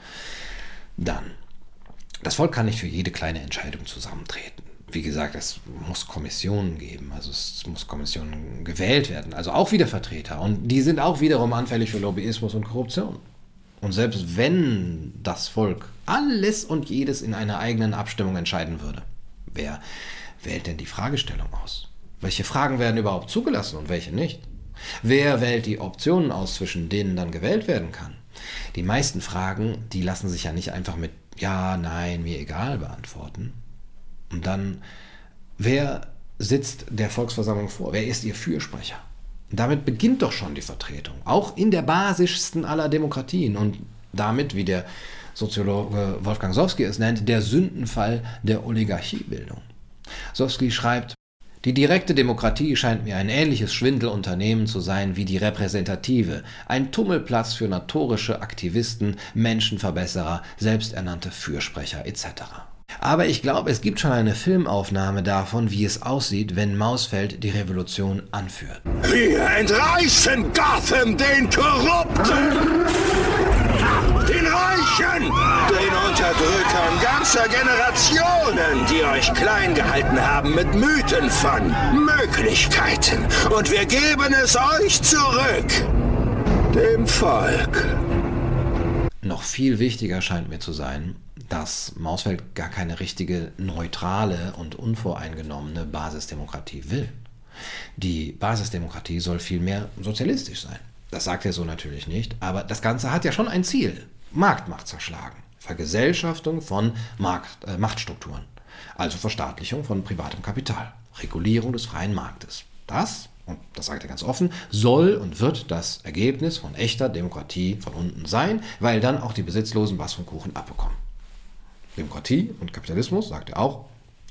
Dann, das Volk kann nicht für jede kleine Entscheidung zusammentreten. Wie gesagt, es muss Kommissionen geben, also es muss Kommissionen gewählt werden, also auch wieder Vertreter. Und die sind auch wiederum anfällig für Lobbyismus und Korruption. Und selbst wenn das Volk alles und jedes in einer eigenen Abstimmung entscheiden würde, wer wählt denn die Fragestellung aus? Welche Fragen werden überhaupt zugelassen und welche nicht? Wer wählt die Optionen aus, zwischen denen dann gewählt werden kann? Die meisten Fragen, die lassen sich ja nicht einfach mit Ja, Nein, mir egal beantworten. Und dann, wer sitzt der Volksversammlung vor? Wer ist ihr Fürsprecher? Damit beginnt doch schon die Vertretung, auch in der basischsten aller Demokratien und damit, wie der Soziologe Wolfgang Sowski es nennt, der Sündenfall der Oligarchiebildung. Sowski schreibt, die direkte Demokratie scheint mir ein ähnliches Schwindelunternehmen zu sein wie die repräsentative, ein Tummelplatz für notorische Aktivisten, Menschenverbesserer, selbsternannte Fürsprecher et cetera. Aber ich glaube, es gibt schon eine Filmaufnahme davon, wie es aussieht, wenn Mausfeld die Revolution anführt. Wir entreißen Gotham den Korrupten, den Reichen, den Unterdrückern ganzer Generationen, die euch klein gehalten haben mit Mythen von Möglichkeiten. Und wir geben es euch zurück, dem Volk. Noch viel wichtiger scheint mir zu sein, dass Mausfeld gar keine richtige, neutrale und unvoreingenommene Basisdemokratie will. Die Basisdemokratie soll vielmehr sozialistisch sein. Das sagt er so natürlich nicht, aber das Ganze hat ja schon ein Ziel. Marktmacht zerschlagen, Vergesellschaftung von Markt, äh, Machtstrukturen, also Verstaatlichung von privatem Kapital, Regulierung des freien Marktes. Das, und das sagt er ganz offen, soll und wird das Ergebnis von echter Demokratie von unten sein, weil dann auch die Besitzlosen was vom Kuchen abbekommen. Demokratie und Kapitalismus, sagt er auch,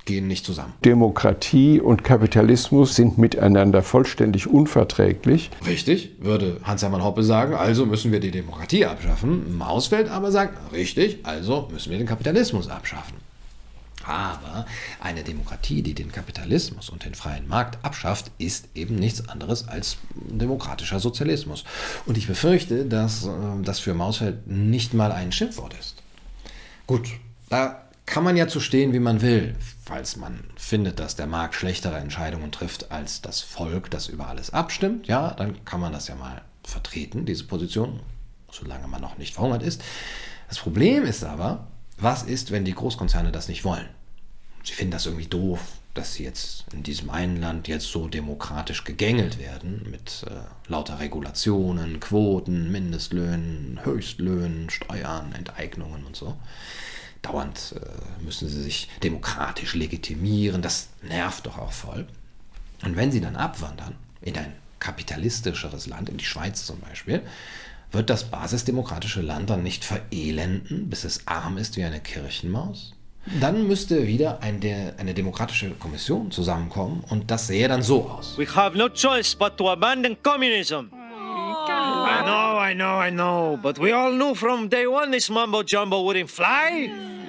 gehen nicht zusammen. Demokratie und Kapitalismus sind miteinander vollständig unverträglich. Richtig, würde Hans-Hermann Hoppe sagen, also müssen wir die Demokratie abschaffen. Mausfeld aber sagt, richtig, also müssen wir den Kapitalismus abschaffen. Aber eine Demokratie, die den Kapitalismus und den freien Markt abschafft, ist eben nichts anderes als demokratischer Sozialismus. Und ich befürchte, dass das für Mausfeld nicht mal ein Schimpfwort ist. Gut, da kann man ja zu stehen, wie man will, falls man findet, dass der Markt schlechtere Entscheidungen trifft als das Volk, das über alles abstimmt. Ja, dann kann man das ja mal vertreten, diese Position, solange man noch nicht verhungert ist. Das Problem ist aber, was ist, wenn die Großkonzerne das nicht wollen? Sie finden das irgendwie doof, dass sie jetzt in diesem einen Land jetzt so demokratisch gegängelt werden mit äh, lauter Regulationen, Quoten, Mindestlöhnen, Höchstlöhnen, Steuern, Enteignungen und so. Dauernd äh, müssen sie sich demokratisch legitimieren. Das nervt doch auch voll. Und wenn sie dann abwandern in ein kapitalistischeres Land, in die Schweiz zum Beispiel, wird das basisdemokratische Land dann nicht verelenden, bis es arm ist wie eine Kirchenmaus? Dann müsste wieder ein De- eine demokratische Kommission zusammenkommen und das sähe dann so aus. We have no choice but to abandon communism. I know, I know, I know, but we all knew from day one this mumbo-jumbo wouldn't fly.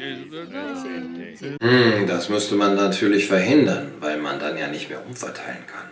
Hm, das müsste man natürlich verhindern, weil man dann ja nicht mehr umverteilen kann.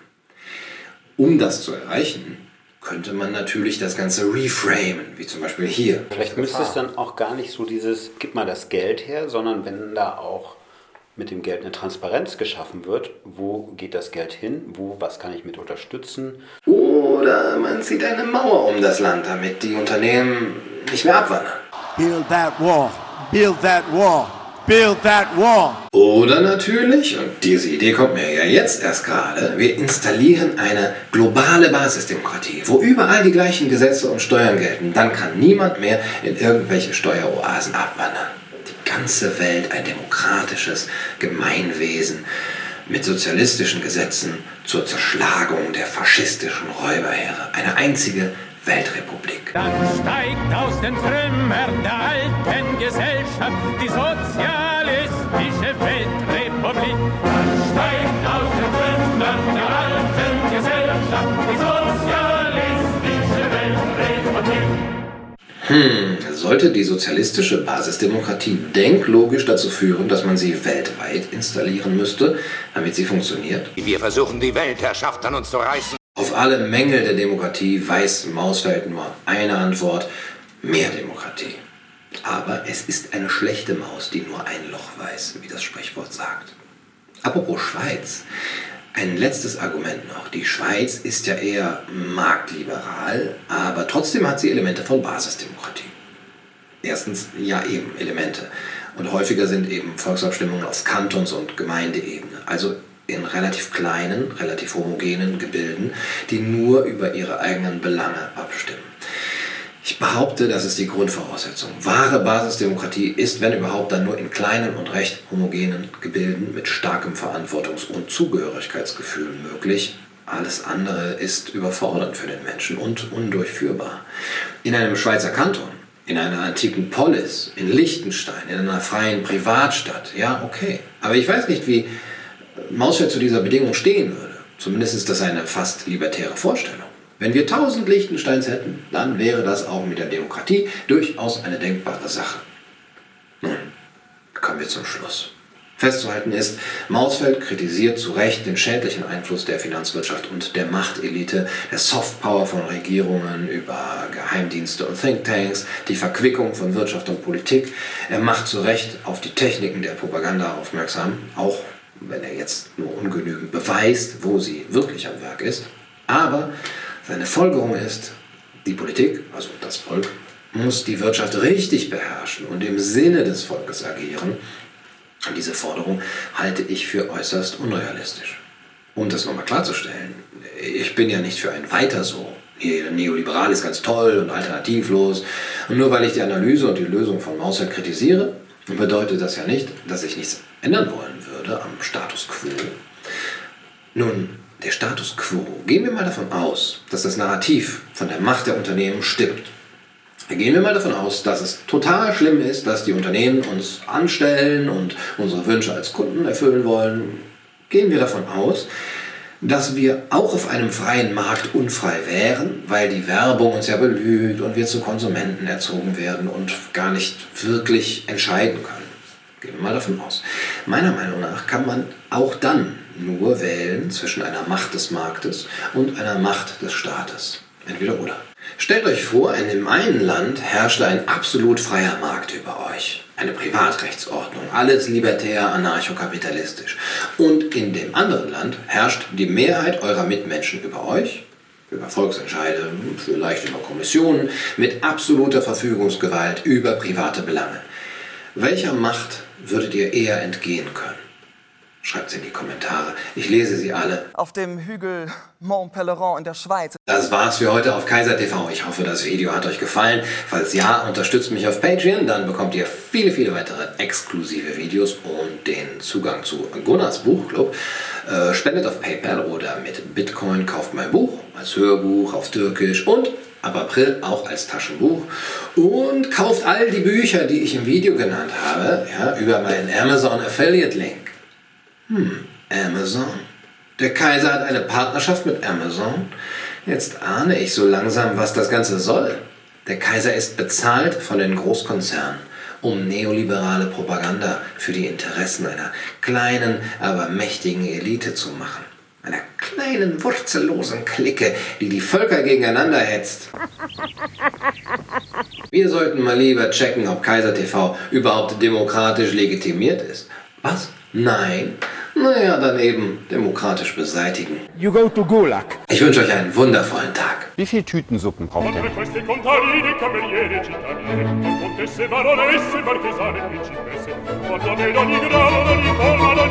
Um das zu erreichen, könnte man natürlich das Ganze reframen, wie zum Beispiel hier. Vielleicht müsste es dann auch gar nicht so dieses, gib mal das Geld her, sondern wenn da auch mit dem Geld eine Transparenz geschaffen wird, wo geht das Geld hin, wo, was kann ich mit unterstützen. Oder man zieht eine Mauer um das Land, damit die Unternehmen nicht mehr abwandern. Build that wall, build that wall, build that wall. Oder natürlich, und diese Idee kommt mir ja jetzt erst gerade, wir installieren eine globale Basisdemokratie, wo überall die gleichen Gesetze und Steuern gelten. Dann kann niemand mehr in irgendwelche Steueroasen abwandern. Die ganze Welt ein demokratisches Gemeinwesen mit sozialistischen Gesetzen zur Zerschlagung der faschistischen Räuberheere. Eine einzige Weltrepublik. Dann steigt aus den Trümmern der alten Gesellschaft die sozialistische Weltrepublik. Dann steigt aus den Trümmern der alten Gesellschaft die sozialistische Weltrepublik. Hm, sollte die sozialistische Basisdemokratie denklogisch dazu führen, dass man sie weltweit installieren müsste, damit sie funktioniert? Wir versuchen die Weltherrschaft an uns zu reißen. Auf alle Mängel der Demokratie weiß Mausfeld nur eine Antwort: mehr Demokratie. Aber es ist eine schlechte Maus, die nur ein Loch weiß, wie das Sprichwort sagt. Apropos Schweiz. Ein letztes Argument noch. Die Schweiz ist ja eher marktliberal, aber trotzdem hat sie Elemente von Basisdemokratie. Erstens, ja eben, Elemente. Und häufiger sind eben Volksabstimmungen auf Kantons- und Gemeindeebene. Also in relativ kleinen, relativ homogenen Gebilden, die nur über ihre eigenen Belange abstimmen. Ich behaupte, das ist die Grundvoraussetzung. Wahre Basisdemokratie ist, wenn überhaupt, dann nur in kleinen und recht homogenen Gebilden mit starkem Verantwortungs- und Zugehörigkeitsgefühl möglich. Alles andere ist überfordernd für den Menschen und undurchführbar. In einem Schweizer Kanton, in einer antiken Polis, in Liechtenstein, in einer freien Privatstadt, ja, okay. Aber ich weiß nicht, wie Mausfeld zu dieser Bedingung stehen würde. Zumindest ist das eine fast libertäre Vorstellung. Wenn wir tausend Liechtensteins hätten, dann wäre das auch mit der Demokratie durchaus eine denkbare Sache. Nun, kommen wir zum Schluss. Festzuhalten ist, Mausfeld kritisiert zu Recht den schädlichen Einfluss der Finanzwirtschaft und der Machtelite, der Softpower von Regierungen über Geheimdienste und Thinktanks, die Verquickung von Wirtschaft und Politik. Er macht zu Recht auf die Techniken der Propaganda aufmerksam, auch wenn er jetzt nur ungenügend beweist, wo sie wirklich am Werk ist. Aber seine Folgerung ist, die Politik, also das Volk, muss die Wirtschaft richtig beherrschen und im Sinne des Volkes agieren. Und diese Forderung halte ich für äußerst unrealistisch. Um das nochmal klarzustellen, ich bin ja nicht für ein Weiter so. Neoliberal ist ganz toll und alternativlos. Und nur weil ich die Analyse und die Lösung von Mausfeld kritisiere, bedeutet das ja nicht, dass ich nichts ändern wollen würde am Status quo. Nun, der Status quo. Gehen wir mal davon aus, dass das Narrativ von der Macht der Unternehmen stimmt. Gehen wir mal davon aus, dass es total schlimm ist, dass die Unternehmen uns anstellen und unsere Wünsche als Kunden erfüllen wollen. Gehen wir davon aus, dass wir auch auf einem freien Markt unfrei wären, weil die Werbung uns ja belügt und wir zu Konsumenten erzogen werden und gar nicht wirklich entscheiden können. Gehen wir mal davon aus. Meiner Meinung nach kann man auch dann nur wählen zwischen einer Macht des Marktes und einer Macht des Staates. Entweder oder. Stellt euch vor, in dem einen Land herrschte ein absolut freier Markt über euch. Eine Privatrechtsordnung, alles libertär, anarchokapitalistisch. Und in dem anderen Land herrscht die Mehrheit eurer Mitmenschen über euch, über Volksentscheide, vielleicht über Kommissionen, mit absoluter Verfügungsgewalt über private Belange. Welcher Macht würdet ihr eher entgehen können? Schreibt es in die Kommentare. Ich lese sie alle. Auf dem Hügel Mont Pelerin in der Schweiz. Das war's für heute auf Kaiser T V. Ich hoffe, das Video hat euch gefallen. Falls ja, unterstützt mich auf Patreon. Dann bekommt ihr viele, viele weitere exklusive Videos und den Zugang zu Gunnars Buchclub. Äh, spendet auf PayPal oder mit Bitcoin. Kauft mein Buch als Hörbuch auf Türkisch und ab April auch als Taschenbuch. Und kauft all die Bücher, die ich im Video genannt habe, ja, über meinen Amazon Affiliate Link. Hm, Amazon? Der Kaiser hat eine Partnerschaft mit Amazon? Jetzt ahne ich so langsam, was das Ganze soll. Der Kaiser ist bezahlt von den Großkonzernen, um neoliberale Propaganda für die Interessen einer kleinen, aber mächtigen Elite zu machen. Einer kleinen, wurzellosen Clique, die die Völker gegeneinander hetzt. Wir sollten mal lieber checken, ob Kaiser T V überhaupt demokratisch legitimiert ist. Was? Nein? Naja, dann eben demokratisch beseitigen. You go to Gulag. Ich wünsche euch einen wundervollen Tag. Wie viel Tütensuppen braucht ihr? Questi contadini, camerieri, cittadini, contesse, baronesse, marchesane, principesse, quando vedono i grano di forma